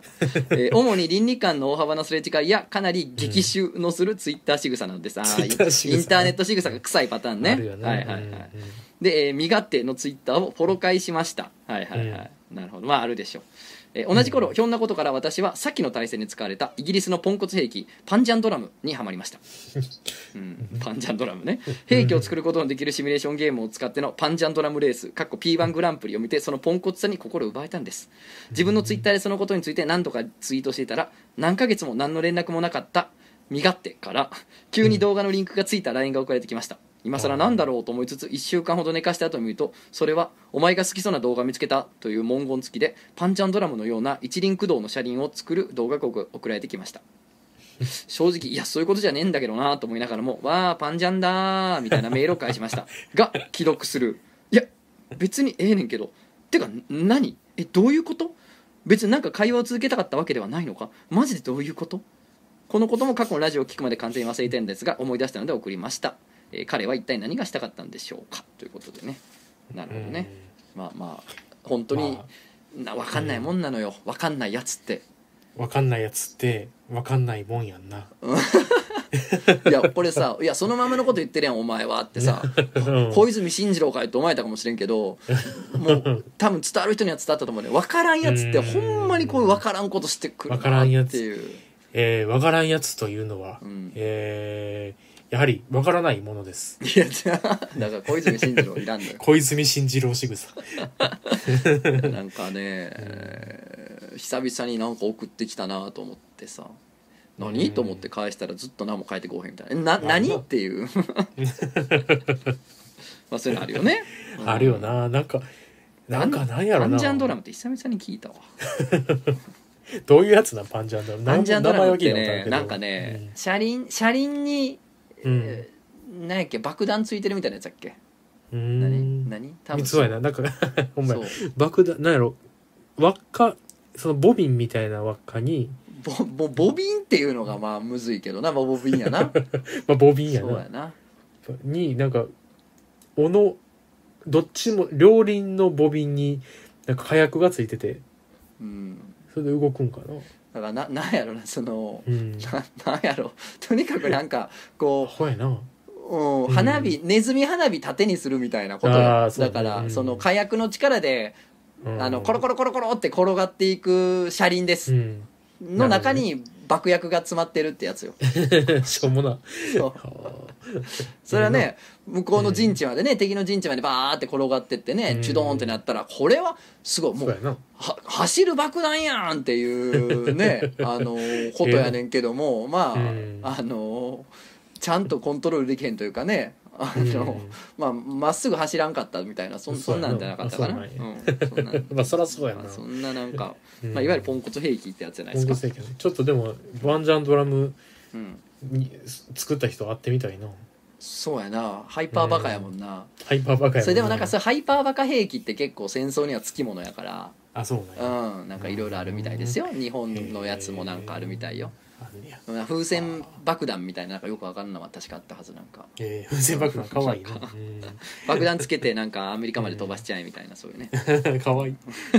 主に倫理観の大幅なすれ違いやかなり激臭のするツイッター仕草なのです。インターネット仕草が臭いパターンね。はいはいはい。で、身勝手のツイッターをフォロー返しました。はいはいはい。なるほど。まああるでしょう。同じ頃ひょんなことから私は先の大戦に使われたイギリスのポンコツ兵器パンジャンドラムにはまりました、パンジャンドラムね。兵器を作ることのできるシミュレーションゲームを使ってのパンジャンドラムレース P1 グランプリを見てそのポンコツさに心を奪われたんです。自分のツイッターでそのことについて何度かツイートしていたら何ヶ月も何の連絡もなかった身勝手から急に動画のリンクがついた LINE が送られてきました。今更なんだろうと思いつつ1週間ほど寝かした後を見るとそれはお前が好きそうな動画見つけたという文言付きでパンチャンドラムのような一輪駆動の車輪を作る動画が送られてきました。正直いやそういうことじゃねえんだけどなと思いながらもわあパンジャンだーみたいなメールを返しましたが既読する。いや別にええねんけどてか何どういうこと、別になんか会話を続けたかったわけではないのか、マジでどういうこと。このことも過去のラジオを聞くまで完全に忘れてるんですが思い出したので送りました。彼は一体何がしたかったんでしょうかということでね。なるほどね。まあまあ本当に、分かんないもんなのよ。分かんないやつって分かんないやつって分かんないもんやんな。 いやこれさ、いやそのままのこと言ってるやんお前はってさ小泉進次郎かよって思えたかもしれんけど、もう多分伝わる人には伝わったと思うね。分からんやつってほんまにこういう分からんことしてくるなっていう。 分からんやつというのは、やはり分からないものです。 いやじゃあだから小泉進次郎いらんのよ小泉進次郎仕草なんかね、久々になんか送ってきたなと思ってさ、何と思って返したらずっと何も返ってこうへんみたいな。何っていうまあそういうのあるよね、 あるよな。なんかなんやろな、 パンジャンドラムって久々に聞いたわどういうやつなパンジャンドラム。 パンジャンドラムってね、なんかね、車輪に、何やっけ爆弾ついてるみたいなやつだっけ。何多分そうやな。なんかほんまや爆弾なんやろ、輪っか、そのボビンみたいな輪っかにボビンっていうのがまあむずいけどな、ボビンやなまあボビンやな。 そうやな。 になんかどっちも両輪のボビンになんか火薬がついてて、それで動くんかな。 だからなんやろな、その、なんやろ、とにかくなんかこう、 ほやな、 花火、ネズミ花火縦にするみたいなことだから、その火薬の力でコロコロコロコロって転がっていく車輪です、の中に爆薬が詰まってるってやつよしょうもな。 それはね、向こうの陣地までね、敵の陣地までバーって転がってってね、チュドーンってなったらこれはすごいもう走る爆弾やんっていうねことやねんけども、まあちゃんとコントロールできへんというかね、まっすぐ走らんかったみたいな、そんなんじゃなかったかな。 まあそりゃそうやな。 そんななんか、いわゆるポンコツ兵器ってやつじゃないですか。 ちょっとでもワンジャンドラム作った人会ってみたいな。 そうやな、ハイパーバカやもんな。 ハイパーバカやもんな。 それでもなんかハイパーバカ兵器って結構戦争にはつきものやから、 そうなんや。 なんかいろいろあるみたいですよ。日本のやつもなんかあるみたいよ。風船爆弾みたいな、なんかよくわかんないのは確かあったはず。なんか風船爆弾かわいいな。 爆弾つけてなんかアメリカまで飛ばしちゃえみたいな、そういうねかわい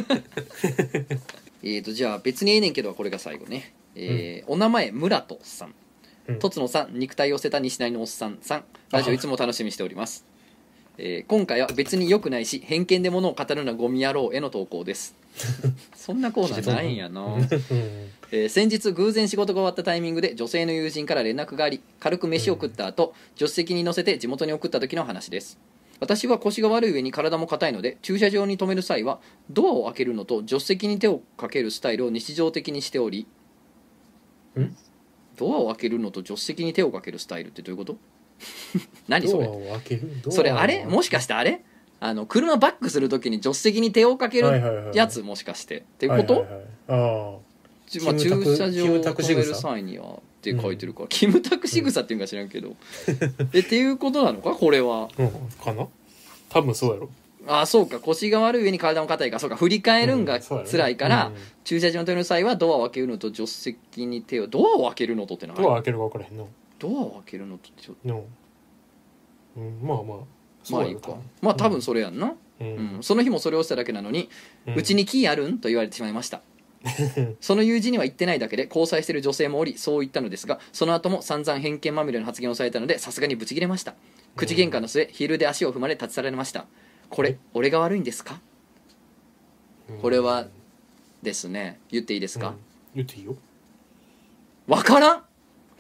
いじゃあ別にええねんけどこれが最後ね。お名前村戸さん、とつのさん、肉体を捨てた西成のおっさんさん、ラジオいつも楽しみにしております。今回は別に良くないし偏見で物を語るのはゴミ野郎への投稿ですそんなコーナーないんやな先日偶然仕事が終わったタイミングで女性の友人から連絡があり、軽く飯を食った後、助手席に乗せて地元に送った時の話です。私は腰が悪い上に体も硬いので、駐車場に停める際はドアを開けるのと助手席に手をかけるスタイルを日常的にしており、 ドアを開けるのと助手席に手をかけるスタイルってどういうこと何それ。 ドアを開ける、 それあれもしかしてあれ車バックするときに助手席に手をかけるやつ、もしかしてっていうこと、 ああ、 駐車場を止める際にはって書いてるから、キムタク仕草っていうんか知らんけど、っていうことなのかこれは、 かな、多分そうやろ。 あ、そうか、腰が悪い上に体も硬いから、そうか、振り返るんが辛いから、駐車場に止める際はドアを開けるのと助手席に手を、ドアを開けるのとってのは、 ドア開けるか分からへんの。 ドアを開けるのとってちょっと、 まあまあまあいいか、まあ多分それやんな、その日もそれをしただけなのに、うちにキーあるんと言われてしまいました。その友人には言ってないだけで交際している女性もおり、そう言ったのですが、その後も散々偏見まみれの発言をされたので、さすがにブチ切れました。口喧嘩の末、ヒールで足を踏まれ立ち去られました。これ俺が悪いんですか。これはですね、言っていいですか、 言っていいよ。 わからん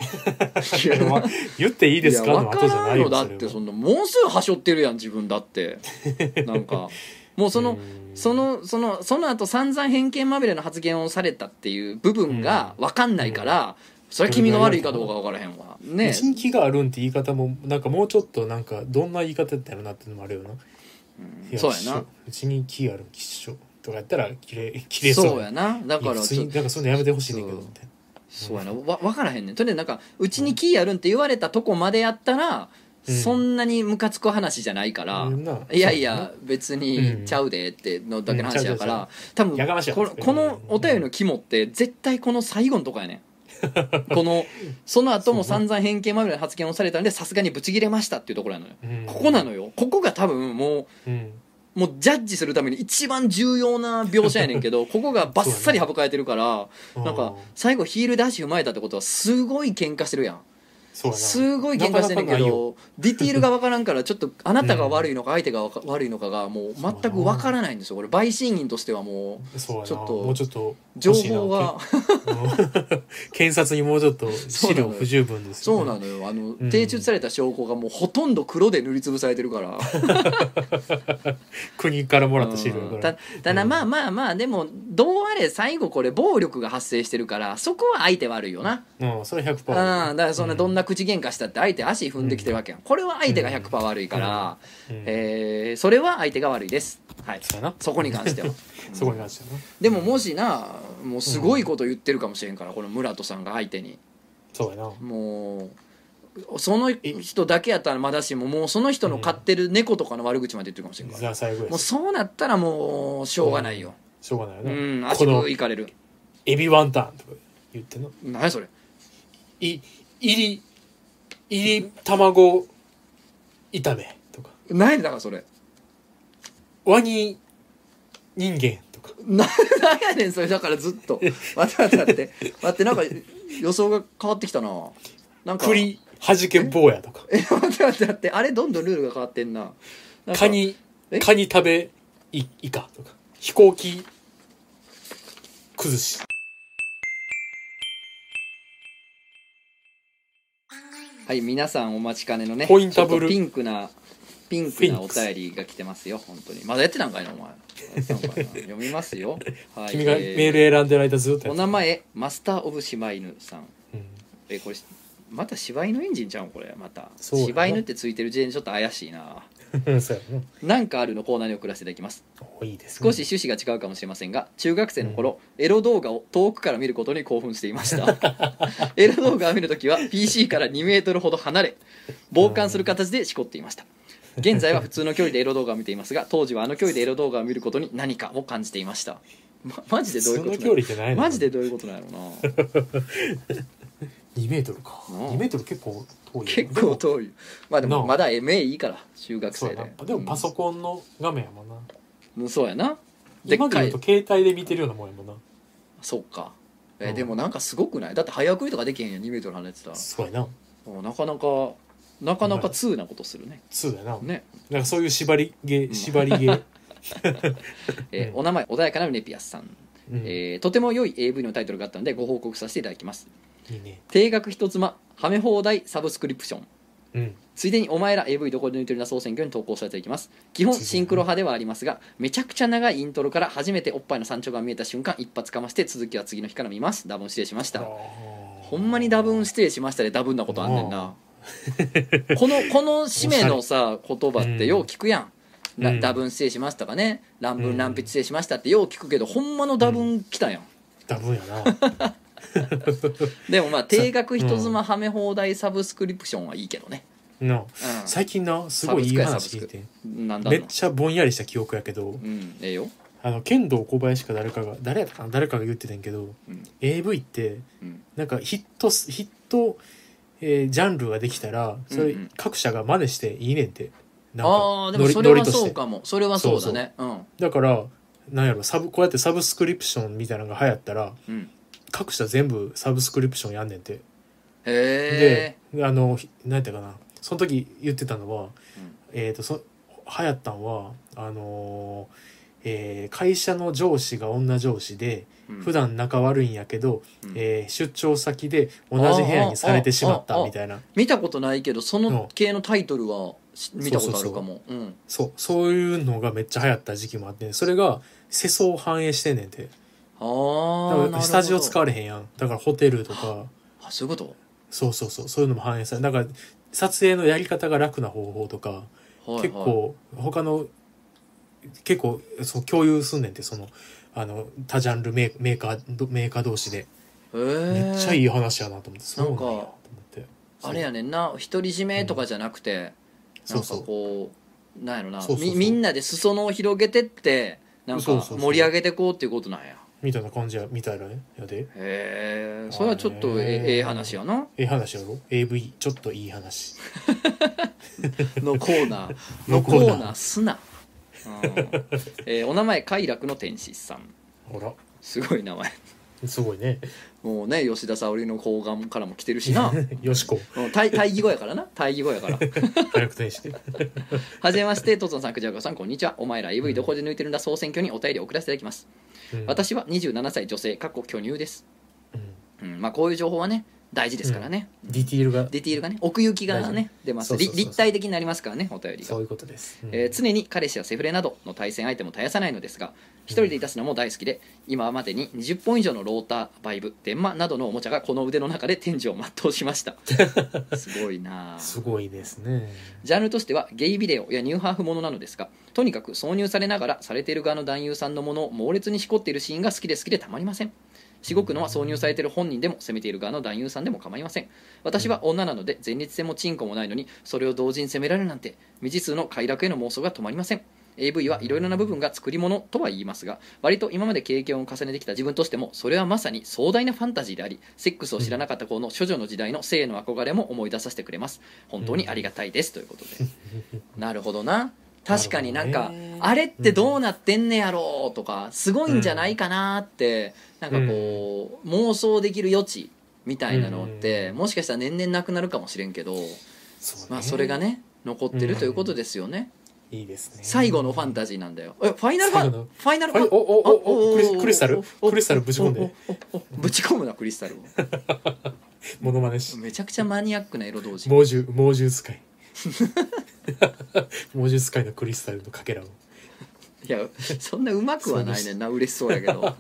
言っていいですかの後じゃないよ。 だってそんなもうすぐはしょってるやん自分だってなんかもうその後散々偏見まみれの発言をされたっていう部分が分かんないから、それは君が悪いかどうか分からへんわね。 うちに気があるんって言い方もなんかもうちょっとなんかどんな言い方やろなっていうのもあるよな。 そうやな。 うちに気があるきっしょとかやったら切れそう。 そうやな。だからちょっとなんかそういうのやめてほしいねんけどみたいな。 そうやな、分からへんねん。とりあえずなんかうちにキーあるんって言われたとこまでやったら、そんなにムカつく話じゃないから、いやいや別にちゃうでってのだけの話やから、多分このお便りの肝って絶対この最後のとこやねんその後も散々偏見まみれの発言をされたんで、さすがにブチギレましたっていうところなのよ、ここなのよ。ここが多分もうジャッジするために一番重要な描写やねんけどここがバッサリ省かれてるから、なんか最後ヒールで足踏まれたってことはすごい喧嘩してるやん。すごい喧嘩してんねんけど、ディティールが分からんから、ちょっとあなたが悪いのか相手が悪いのかがもう全く分からないんですよ。これ陪審員としてはもうちょっと情報が検察にもうちょっと資料不十分ですよね。そうなのよ。提出された証拠がもうほとんど黒で塗りつぶされてるから国からもらった資料だから。 ただまあでもどうあれ最後これ暴力が発生してるから、そこは相手悪いよな。 それ 100%。 だからそんなどんな口喧嘩したって相手足踏んできてるわけやん。これは相手が 100% 悪いから、それは相手が悪いです。はい。そこに関してはそこに関してはな。 でももしな、もうすごいこと言ってるかもしれんから、この村戸さんが相手に。 そうやな。 もうその人だけやったらまだしも、もうその人の飼ってる猫とかの悪口まで言ってるかもしれんから、もうそうなったらもうしょうがないよ。 しょうがないよな。 足くいかれる。 エビワンタンとか言ってんの。 何それ。 入り卵炒めとか。 何だからそれ。 ワニ人間とか。 何やねんそれ。だからずっと待ってなんか予想が変わってきたな。なんか栗はじけ坊やとか。 待ってあれどんどんルールが変わってんな。 カニ食べイカとか。飛行機崩し。 はい、皆さんお待ちかねのね、 ポインタブルピンクなお便りが来てますよ。本当にまだやってたんかいなお前。読みますよ、 はい、君がメール選んでる間ずっとやって。 お名前マスターオブ柴犬さん、これまた柴犬エンジンちゃうんこれ。また柴犬ってついてる時点でちょっと怪しいななんかあるのコーナーに送らせていただきます。 いいですね、 少し趣旨が違うかもしれませんが、中学生の頃、エロ動画を遠くから見ることに興奮していましたエロ動画を見るときは PC から2メートルほど離れ傍観する形でしこっていました。現在は普通の距離でエロ動画を見ていますが、当時はあの距離でエロ動画を見ることに何かを感じていました。マジでどういうことなの。マジでどういうことなのな 2メートルか。2メートル結構遠い。 結構遠い。まあでもまだ目いいから中学生で。 でもパソコンの画面やもんな。 そうやな。 今で言うと携帯で見てるようなもんやもんな。 そうか。でもなんかすごくない。だって早送りとかできへんやん2メートル離れてたら。 そうやな。 なかなか通なことするね。 通やな。 ね。 なんかそういう縛りゲお名前穏やかなネピアスさん。とても良い AV のタイトルがあったのでご報告させていただきます。 いいね。 定額一妻はめ放題サブスクリプション、ついでにお前ら AV どこで抜いてるな総選挙に投稿されていきます。基本シンクロ派ではありますが、めちゃくちゃ長いイントロから初めておっぱいの山頂が見えた瞬間一発かまして、続きは次の日から見ます。ダボン失礼しました。 ほんまに多分失礼しましたで多分なことあんねんなこの締めのさ言葉ってよう聞くやん、多分失礼しましたかね、乱文乱筆失礼しましたってよう聞くけど、ほんまの多分来たやん、 多分やなでもまあ定額人妻はめ放題サブスクリプションはいいけどね、 な、最近なすごいいい話聞いて、 なんだめっちゃぼんやりした記憶やけど、 ええよ、 剣道小林か誰かが言ってたんやけど、AV って、なんかヒット、ジャンルができたらそれ各社が真似していいねんって、なんかでもそれはそうかも、それはそうだね、 だからなんやろ、こうやってサブスクリプションみたいなのが流行ったら、各社全部サブスクリプションやんねんて。 へでなんやったかな、その時言ってたのは、流行ったんは会社の上司が女上司で、普段仲悪いんやけど、出張先で同じ部屋にされてしまったみたいな。 見たことないけどその系のタイトルは見たことあるかも。 そういうのがめっちゃ流行った時期もあって、それが世相を反映してんねんて。スタジオ使われへんやん、だからホテルとか。 そういうこと。 そういうのも反映され、だから撮影のやり方が楽な方法とか、結構他のそう共有すんねんって、その他ジャンルメーカー同士で。めっちゃいい話やなと思って、そうなんやと思って。 あれやねんな、独り占めとかじゃなくて、なんかこうなんやろな、みんなで裾野を広げてってなんか盛り上げてこうっていうことなんやみたいな感じや、みたいなねやで。 へえ、それはちょっとええ話やな。 ええ話やろ、 AV ちょっといい話のコーナーすなお名前快楽の天使さん。 ほらすごい名前すごいね。 もうね、吉田沙保里の睾丸からも来てるしなよしこ対義語やからな、対義語やから快楽天使ではじめまして、とつのさん、くじゃこさん、こんにちは。お前ら AV どこで抜いてるんだ総選挙にお便りを送らせていただきます、私は27歳女性巨乳です、まあこういう情報はね大事ですからね、 ディティールがね、奥行きがね出ます。立体的になりますからね、お便りが。 そういうことです、 常に彼氏やセフレなどの対戦相手も絶やさないのですが、一人で出すのも大好きで、今までに20本以上のローター、バイブ、電マなどのおもちゃがこの腕の中で天寿を全うしましたすごいな、 すごいですね。 ジャンルとしてはゲイビデオやニューハーフものなのですが、とにかく挿入されながらされている側の男優さんのものを猛烈にしこっているシーンが好きでたまりません。しごくのは挿入されている本人でも攻めている側の男優さんでも構いません。私は女なので前立腺もチンコもないのにそれを同時に攻められるなんて、未知数の快楽への妄想が止まりません。 AV はいろいろな部分が作り物とは言いますが、割と今まで経験を重ねてきた自分としてもそれはまさに壮大なファンタジーであり、セックスを知らなかった頃の処女の時代の性の憧れも思い出させてくれます。本当にありがたいです、ということでなるほどな。確かになんか、あれってどうなってんねやろうとか、すごいんじゃないかなって、なんかこう、妄想できる余地みたいなのって、もしかしたら年々なくなるかもしれんけど、まあそれがね残ってるということですよね。 いいですね。 最後のファンタジーなんだよ。ファイナルクリスタルぶち込んでぶち込むな、クリスタルをモノマネし、 めちゃくちゃマニアックなエロ同士。 猛獣使い猛獣使いのクリスタルのかけらを。 いやそんなうまくはないねんな、嬉しそうやけど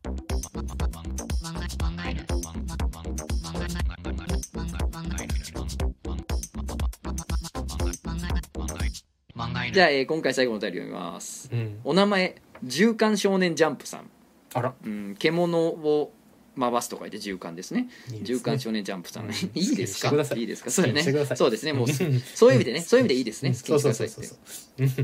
じゃあ、今回最後のお便り読みます、お名前縦貫少年ジャンプさん。 あら、 獣を回すと書いて縦貫ですね。縦貫少年ジャンプさん、いいですか、いいですか、そうやね、そうですね、もうそういう意味でね、そういう意味でいいですね、好きにしてくださいって。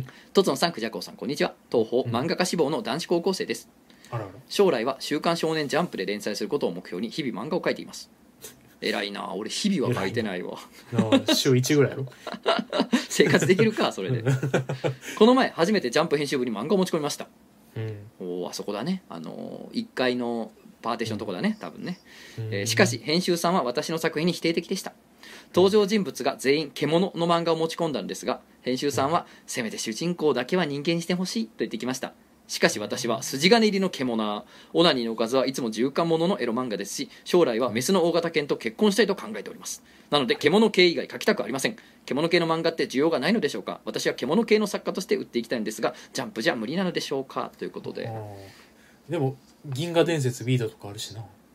とつのさん、くじゃこうさん、こんにちは。東宝漫画家志望の男子高校生です。将来は週刊少年ジャンプで連載することを目標に日々漫画を描いています。偉いな、俺日々は描いてないわ週1ぐらいやろ生活できるかそれでこの前初めてジャンプ編集部に漫画を持ち込みました。あそこだね、1階のパーテーションのとこだね、多分ね。しかし編集さんは私の作品に否定的でした。登場人物が全員獣の漫画を持ち込んだんですが、編集さんはせめて主人公だけは人間にしてほしいと言ってきました。しかし私は筋金入りの獣、オナニーのおかずはいつも縦貫もののエロ漫画ですし、将来はメスの大型犬と結婚したいと考えております。なので獣系以外描きたくありません。獣系の漫画って需要がないのでしょうか。私は獣系の作家として売っていきたいんですが、ジャンプじゃ無理なのでしょうか、ということで。 でも銀河伝説ビートとかあるしな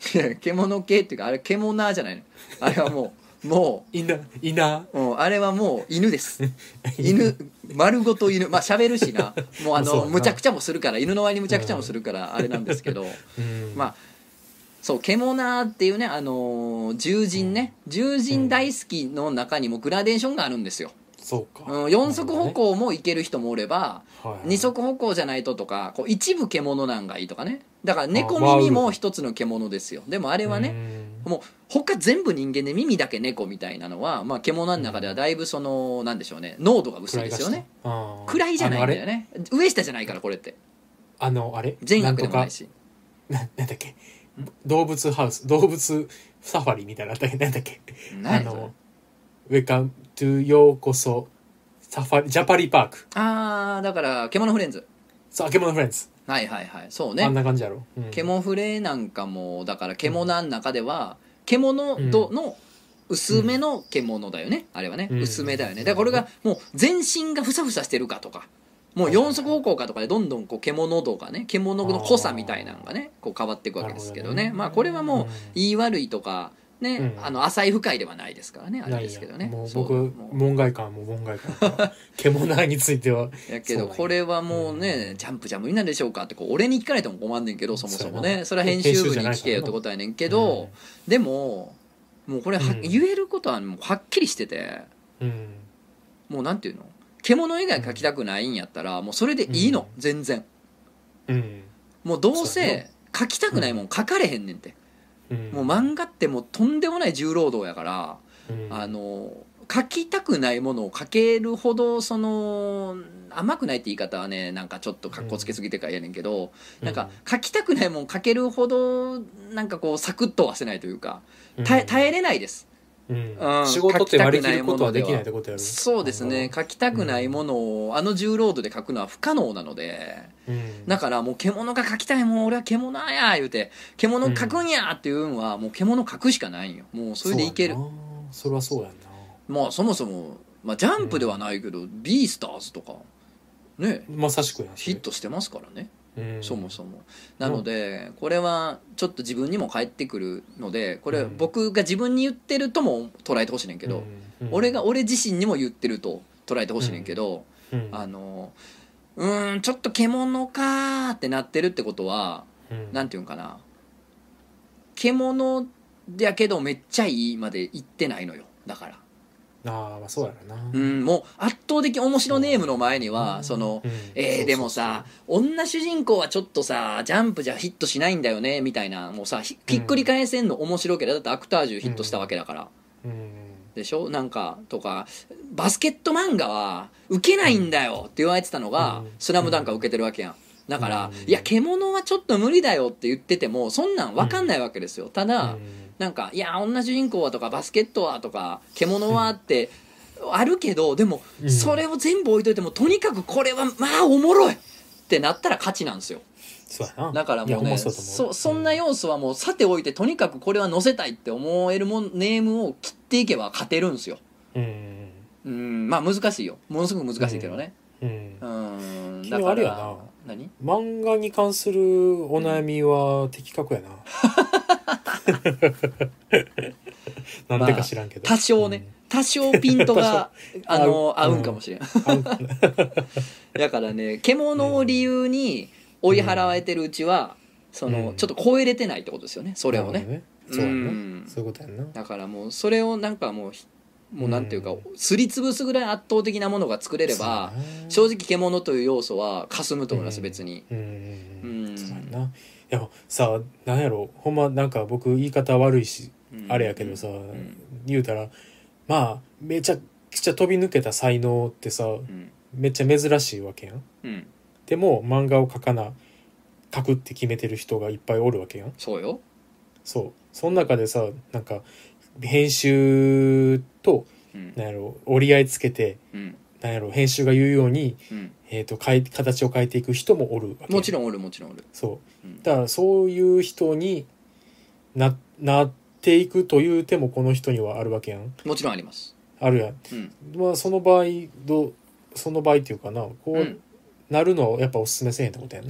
いや獣系っていうかあれ獣じゃないの、あれはもいなあれはもう犬です犬丸ごと犬、まあ喋るしな、もうそうやなむちゃくちゃもするから、犬の割にむちゃくちゃもするからあれなんですけど、まあそう獣っていうね、獣人ね、獣人大好きの中にもグラデーションがあるんですよ。 そうか、 4足歩行もいける人もおれば、 はい 2足歩行じゃないととか、こう一部獣なんがいいとかね。だから猫耳も一つの獣ですよ。でもあれはね、もう他全部人間で耳だけ猫みたいなのは、まあ、獣の中ではだいぶその、なんでしょうね、濃度が薄いですよね。暗いじゃないんだよね、上下じゃないからこれって。 あれ善悪でもないし。 なんだっけ、動物ハウス、動物サファリみたいなのあったっけ、なんだっけ、ウェカムトゥようこそサファリジャパリパーク。 だから獣フレンズ。 そう、獣フレンズ。 はいはいはい、そうね。 あんな感じやろ。 獣フレなんかもだから獣の中では獣度の薄めの獣だよね、あれはね、薄めだよね。だからこれがもう全身がふさふさしてるかとか、もう4足歩行かとかでどんどんこう獣度がね、獣の濃さみたいなのがねこう変わっていくわけですけどね。まあこれはもう言い悪いとかね、浅い深いではないですからね、あれですけどね。 もう僕門外漢獣についてはやけどこれはもうね、ジャンプじゃ無理なんでしょうかってこう俺に聞かれても困んねんけど、そもそもねそれは編集部に聞けよってことやねんけど、でももうこれ言えることはもうはっきりしてて、もうなんていうの、獣以外描きたくないんやったらもうそれでいいの、全然。もうどうせ描きたくないもん描かれへんねんて。もう漫画ってもうとんでもない重労働やから、描きたくないものを描けるほどその甘くないって言い方はね、なんかちょっとかっこつけすぎてからやねんけど、なんか描きたくないもん描けるほどなんかこうサクッとはせないというか、耐えれないです。 仕事って割り切ることはできないってことやろ。 そうですね、描きたくないものを重労働で描くのは不可能なので、だからもう獣が描きたい、もう俺は獣や言うて獣描くんやっていうのはもう獣描くしかないんよ。もうそれでいける。 それはそうやんな。 まあそもそも、まあ、ジャンプではないけど、ビースターズとかね、 まさしくやヒットしてますからね、そもそも。なのでこれはちょっと自分にも返ってくるので、これ僕が自分に言ってるとも捉えてほしいねんけど、俺自身にも言ってると捉えてほしいねんけど、ちょっと獣かーってなってるってことは、なんていうんかな、獣だけどめっちゃいいまで言ってないのよ。だからまあそうやろな。 もう圧倒的面白ネームの前にはそのでもさ、女主人公はちょっとさジャンプじゃヒットしないんだよねみたいな、もうさひっくり返せんの面白ければ、だってアクタージュヒットしたわけだから、でしょ。なんかとかバスケット漫画は受けないんだよって言われてたのがスラムダンクは受けてるわけやん。だからいや獣はちょっと無理だよって言っててもそんなん分かんないわけですよ。ただなんかいや女主人公はとかバスケットはとか獣はってあるけど、でもそれを全部置いといてもとにかくこれはまあおもろいってなったら勝ちなんですよ。 そうやな。 だからもうね、そんな要素はもうさておいて、とにかくこれは載せたいって思えるネームを切っていけば勝てるんですよ。まあ難しいよ、ものすごく難しいけどね。 だからあれやな、何漫画に関するお悩みは的確やな。なんでか知らんけど、 多少ね、多少ピントが合うんかもしれん。だからね、獣を理由に追い払われてるうちはそのちょっと超えれてないってことですよね、それをね。 そうやな、そういうことやんな。 だからもうそれをなんかもうなんていうかすりつぶすぐらい圧倒的なものが作れれば、正直獣という要素は霞むと思います、別に。そうやな。いやさ、なんやろ、ほんまなんか僕言い方悪いしあれやけどさ、言うたらまあめちゃくちゃ飛び抜けた才能ってさ、めっちゃ珍しいわけやん。でも漫画を描くって決めてる人がいっぱいおるわけやん。 そうよ。 その中でさ、なんか編集と、なんやろ、折り合いつけて、なんやろ、編集が言うように、形を変えていく人もおるわけ。 もちろんおる。 そう。だからそういう人になっていくという手もこの人にはあるわけやん。 もちろんあります。 あるやん。まあその場合っていうかな、こう、なるのをやっぱおすすめせえへんってことやんな。 い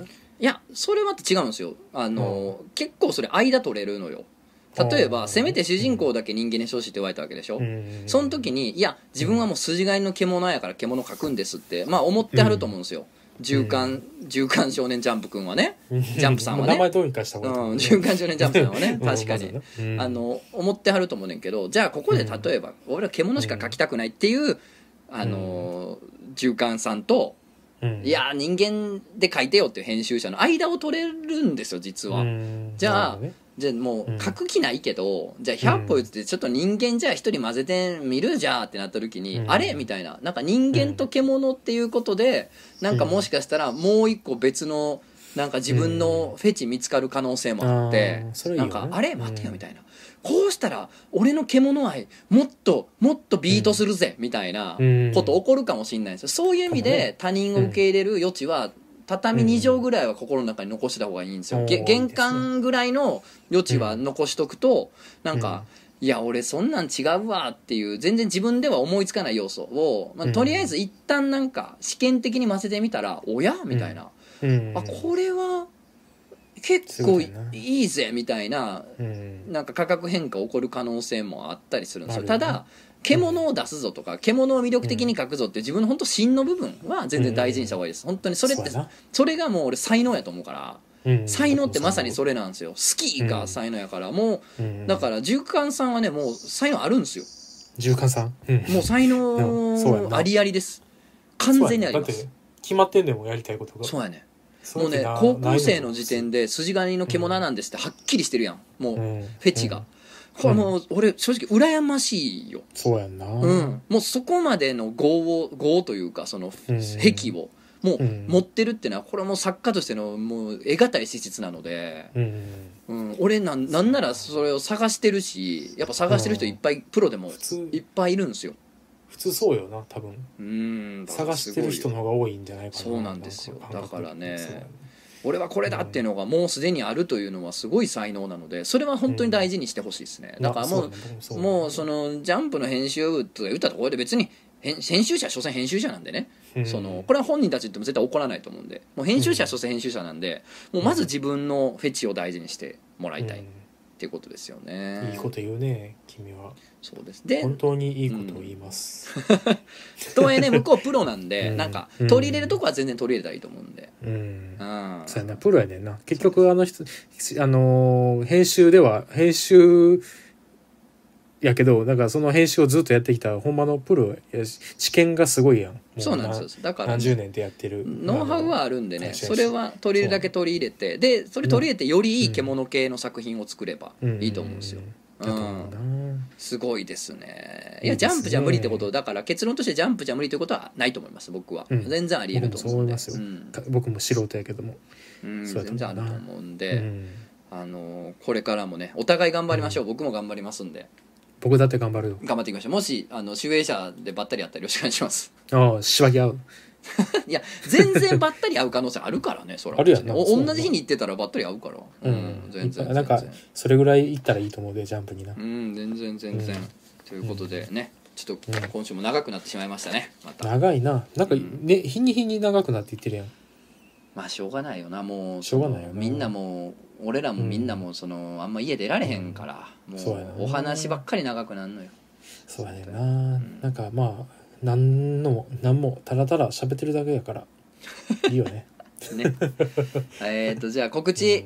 いやそれは違うんですよ。結構それ間取れるのよ。例えばせめて主人公だけ人間にしてほしいって言われたわけでしょ、その時にいや自分はもう筋金入りの獣やから獣描くんですってまあ思ってはると思うんですよ。週刊少年ジャンプくんはね、ジャンプさんはね、 名前どうにかした方がいい、 週刊少年ジャンプさんはね確かに、思ってはると思うねんけど、じゃあここで例えば、俺は獣しか描きたくないっていう中間さんと、いや人間で描いてよっていう編集者の間を取れるんですよ実は。じゃあもう描く気ないけど、じゃあ100歩言ってちょっと人間じゃあ一人混ぜてみるじゃあってなった時に、あれみたいな、なんか人間と獣っていうことでなんかもしかしたらもう一個別のなんか自分のフェチ見つかる可能性もあって、なんかあれ待てよみたいな、こうしたら俺の獣愛もっともっとビートするぜみたいなこと起こるかもしれないんですよ。そういう意味で他人を受け入れる余地は畳2畳ぐらいは心の中に残した方がいいんですよ。玄関ぐらいの余地は残しとくと、なんかいや俺そんなん違うわっていう全然自分では思いつかない要素を、とりあえず一旦なんか試験的に混ぜてみたらおやみたいな、あこれは結構いいぜみたいな、なんか価格変化起こる可能性もあったりするんですよ。ただ獣を出すぞとか獣を魅力的に描くぞっていう自分の本当芯の部分は全然大事にした方がいいです。本当にそれってそれがもう俺才能やと思うから、才能ってまさにそれなんですよ。好きが才能やから、もうだから中間さんはねもう才能あるんですよ。 中間さん、 もう才能ありありです。完全にあります。 だって決まってんでもやりたいことが。 そうやね。もうね高校生の時点で筋金の獣なんですってはっきりしてるやん、もうフェチが。これもう俺正直羨ましいよ。 そうやんな。 もうそこまでの業というかその癖をもう持ってるっていうのはこれはもう作家としてのもう得難い資質なので、俺なんならそれを探してるし、やっぱ探してる人いっぱいプロでもいっぱいいるんですよ。 普通そうよな多分。探してる人の方が多いんじゃないかな。 そうなんですよ。だからね俺はこれだっていうのがもうすでにあるというのはすごい才能なので、それは本当に大事にしてほしいですね。だからもうそのジャンプの編集部とか言ったところで別に編集者は所詮編集者なんでね、これは本人たちっても絶対怒らないと思うんで、もう編集者は所詮編集者なんで、もうまず自分のフェチを大事にしてもらいたいっていうことですよね。 いいこと言うね君は。 そうです。で本当にいいことを言います。 とはいえね向こうプロなんで、なんか取り入れるとこは全然取り入れたらいいと思うんで。 そうやな、プロやねんな。結局あの人編集では編集やけど、だからその編集をずっとやってきたほんまのプロやし、知見がすごいやん。 そうなんですよ。だから、 何十年でやってるノウハウはあるんでね、それは取り入れるだけ取り入れて、でそれ取り入れてよりいい獣系の作品を作ればいいと思うんですよ。すごいですね。いやジャンプじゃ無理ってことだから、結論としてジャンプじゃ無理ってことはないと思います僕は。全然ありえると思うんで。 僕も素人やけども全然あると思うんで、これからもねお互い頑張りましょう。僕も頑張りますんで。 僕だって頑張るよ。 頑張っていきましょう。もし集英社でばったりやったらよろしくお願いします。 ああしわぎ合う。 いや全然ばったり会う可能性あるからね。それはあるやんな。同じ日に行ってたらばったり会うから。全然なんかそれぐらい行ったらいいと思うでジャンプにな。 全然ということでね、ちょっと今週も長くなってしまいましたね。また長いな。なんかね日に日に長くなっていってるやん。 まあしょうがないよな。もうしょうがないよな。 みんなも俺らもみんなもあんま家出られへんから、もうお話ばっかり長くなるのよ。 そうやねんな。なんかまあ何もただただ喋ってるだけやからいいよね。 ねじゃあ告知、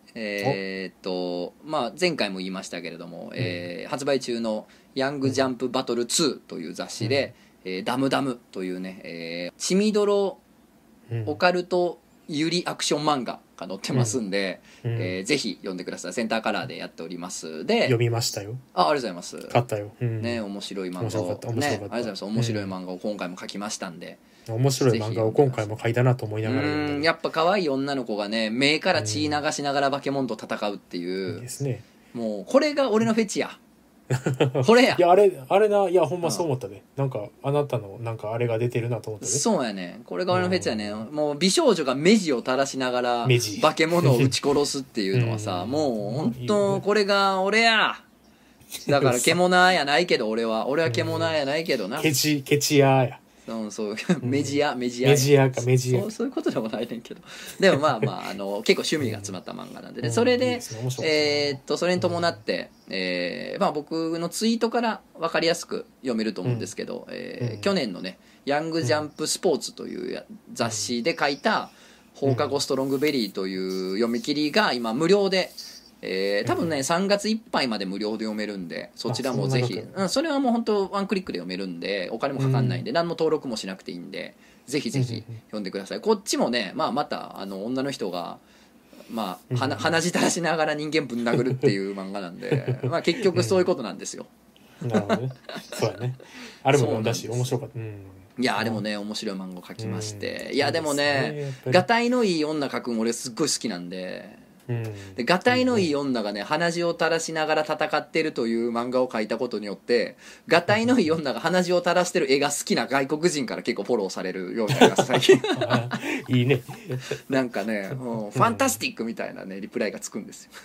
まあ前回も言いましたけれども、発売中のヤングジャンプバトル2という雑誌で、ダムダムというね、血みどろオカルトユリアクション漫画が載ってますんで、ぜひ読んでください。センターカラーでやっておりますで、 読みましたよ。 ありがとうございます。 買ったよ。 ね、面白い漫画をね、ありがとうございます。面白い漫画を今回も書きましたんで、 面白い漫画を今回も書いたなと思いながら読んで、 やっぱ可愛い女の子がね目から血流しながら化け物と戦うっていう、 いいですね。 もうこれが俺のフェチや。これや。 いやあれな、いやほんまそう思ったね。なんかあなたのなんかあれが出てるなと思ったね。 そうやね。これが俺のフェチやね。もう美少女が目地を垂らしながら化け物を撃ち殺すっていうのはさ、もう本当これが俺や。だから獣やないけど俺は獣やないけどな。 ケチや。 そうメジアメジアかメジアそういうことでもないねんけど、でもまあまあ結構趣味が詰まった漫画なんでね、それでそれに伴って、まあ僕のツイートから分かりやすく読めると思うんですけど、去年のねヤングジャンプスポーツという雑誌で書いた放課後ストロングベリーという読み切りが今無料で、多分ね3月いっぱいまで無料で読めるんで、そちらもぜひ、それはもう本当ワンクリックで読めるんで、お金もかかんないんで、何も登録もしなくていいんで、ぜひぜひ読んでください。こっちもね、まあ、また女の人が、まあ、鼻血垂らしながら人間ぶん殴るっていう漫画なんでまあ結局そういうことなんですよ。 なるほどね。そうやね。あれもだし面白かった。 いやでもね面白い漫画を描きまして、いやでもねがたいのいい女描くん俺すっごい好きなんで、でがたいのいい女がね鼻血を垂らしながら戦ってるという漫画を描いたことによって、がたいのいい女が鼻血を垂らしてる絵が好きな外国人から結構フォローされるようになりました最近いいね。 なんかね、ファンタスティックみたいなねリプライがつくんですよ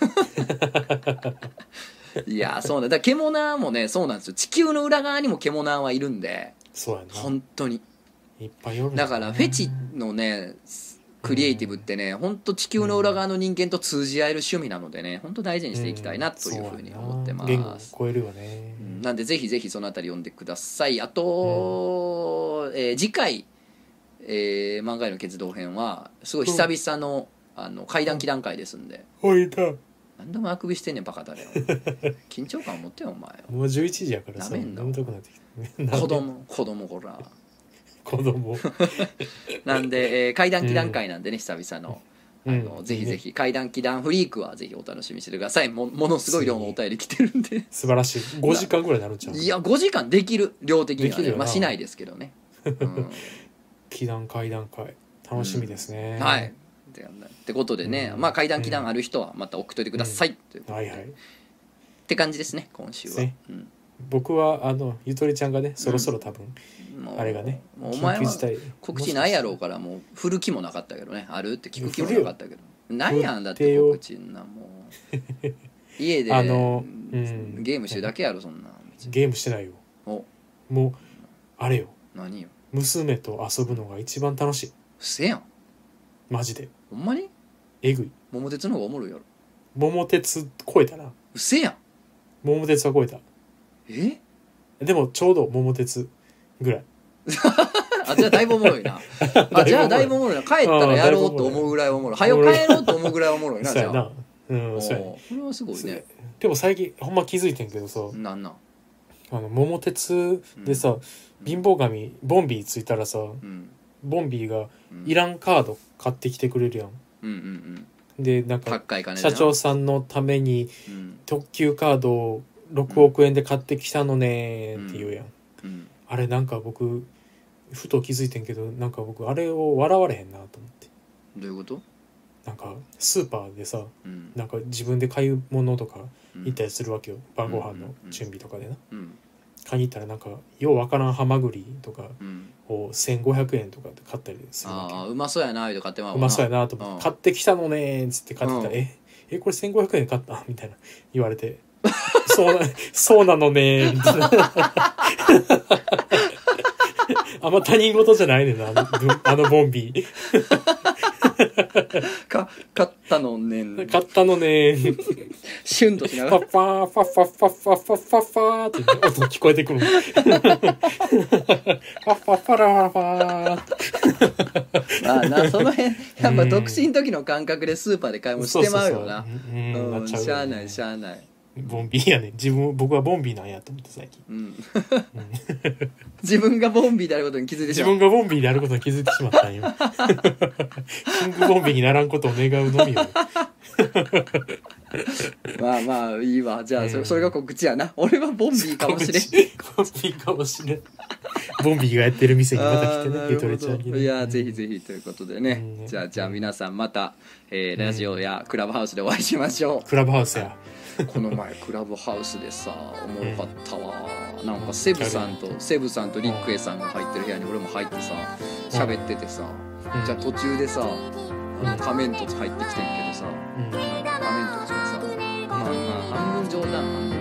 いやそうね、だから獣もねそうなんですよ。地球の裏側にも獣はいるんで、 そうやな、 本当にいっぱいおる、 だからフェチのねクリエイティブってね本当地球の裏側の人間と通じ合える趣味なのでね本当大事にしていきたいなというふうに思ってます。 言語を超えるよね、 なんでぜひぜひそのあたり読んでください。あと、次回、漫画への決動編はすごい久々の、怪談祈談会ですんで、 おいた何でもあくびしてんねんバカだよ緊張感持ってよお前もう11時やからさ眠たくなってきた子供ほら子供なんで、怪談祈談会なんでね久々のぜひぜひ怪談祈談フリークはぜひお楽しみにしてください。ものすごい量のお便り来てるんで素晴らしい。5時間ぐらいになるんちゃう。 いや5時間できる量的にはね、まあしないですけどね、 祈談怪談会楽しみですね、 はいってことでね、まあ怪談祈談ある人はまた送っといてください、ということで、 はいはいって感じですね今週は、 僕はゆとりちゃんがねそろそろ多分、あれがねもうお前は告知ないやろうからもう振る気もなかったけどね、あるって聞く気もなかったけど、なんやんだって告知んなもう家でゲームしてるだけやろそんな。 ゲームしてないよ。もうあれよ、 何よ、 娘と遊ぶのが一番楽しい。 せやんマジでほんまにえぐい。 桃鉄の方がおもろいやろ。 桃鉄超えたな。 うせやん桃鉄は超えた。でもちょうど桃鉄ぐらいあじゃあだいぶおもろいなじゃあだいぶおもろいな。帰ったらやろうと思うぐらいおもろい。はよ帰ろうと思うぐらいおもろいなじゃあ。そうやな。そうやね。これはすごいね。 でも最近ほんま気づいてんけどさ、 なん桃鉄でさ、貧乏神ボンビーついたらさ、ボンビーがいらんカード買ってきてくれるやん、でなんか社長さんのために特急カードを6億円で買ってきたのねって言うやん、あれなんか僕ふと気づいてんけど、なんか僕あれを笑われへんなと思って。 どういうこと？ なんかスーパーでさ、なんか自分で買い物とか行ったりするわけよ、晩ご飯の準備とかでな、買いに行ったらなんかようわからんハマグリとかを1500円とかで買ったりするわけ。 うまそうやなと買ってまうな。 うまそうやなと思って、買ってきたのねーっつって買ってたら、これ1500円買ったみたいな言われてそうなのねーみたいなあんま他人事じゃないねんなあのボンビー買ったのね買ったのねシュンとしながらファッファーファッファッファッファッファッファッファーって音聞こえてくるファッファッファラファーまあなその辺やっぱ独身の時の感覚でスーパーで買い物してまうよな。しゃあないしゃあない。 ボンビーやね。僕はボンビーなんやと思って最近、 自分がボンビーであることに気づいてしまう。 自分がボンビーであることに気づいてしまったんよキングボンビーにならんことを願うのみよまあまあいいわ。じゃあそれが告知やな。俺はボンビーかもしれんボンビーかもしれんボンビーがやってる店にまた来てねゆとりちゃんにね。 いやぜひぜひということでね、じゃあ皆さんまた、ラジオやクラブハウスでお会いしましょう。 クラブハウスやこの前クラブハウスでさおもろかったわ、なんかセブさんとリックエさんが入ってる部屋に俺も入ってさ喋っててさ、じゃあ途中でさ仮面凸入ってきてんけどさ、仮面凸がさまあ半分冗談半分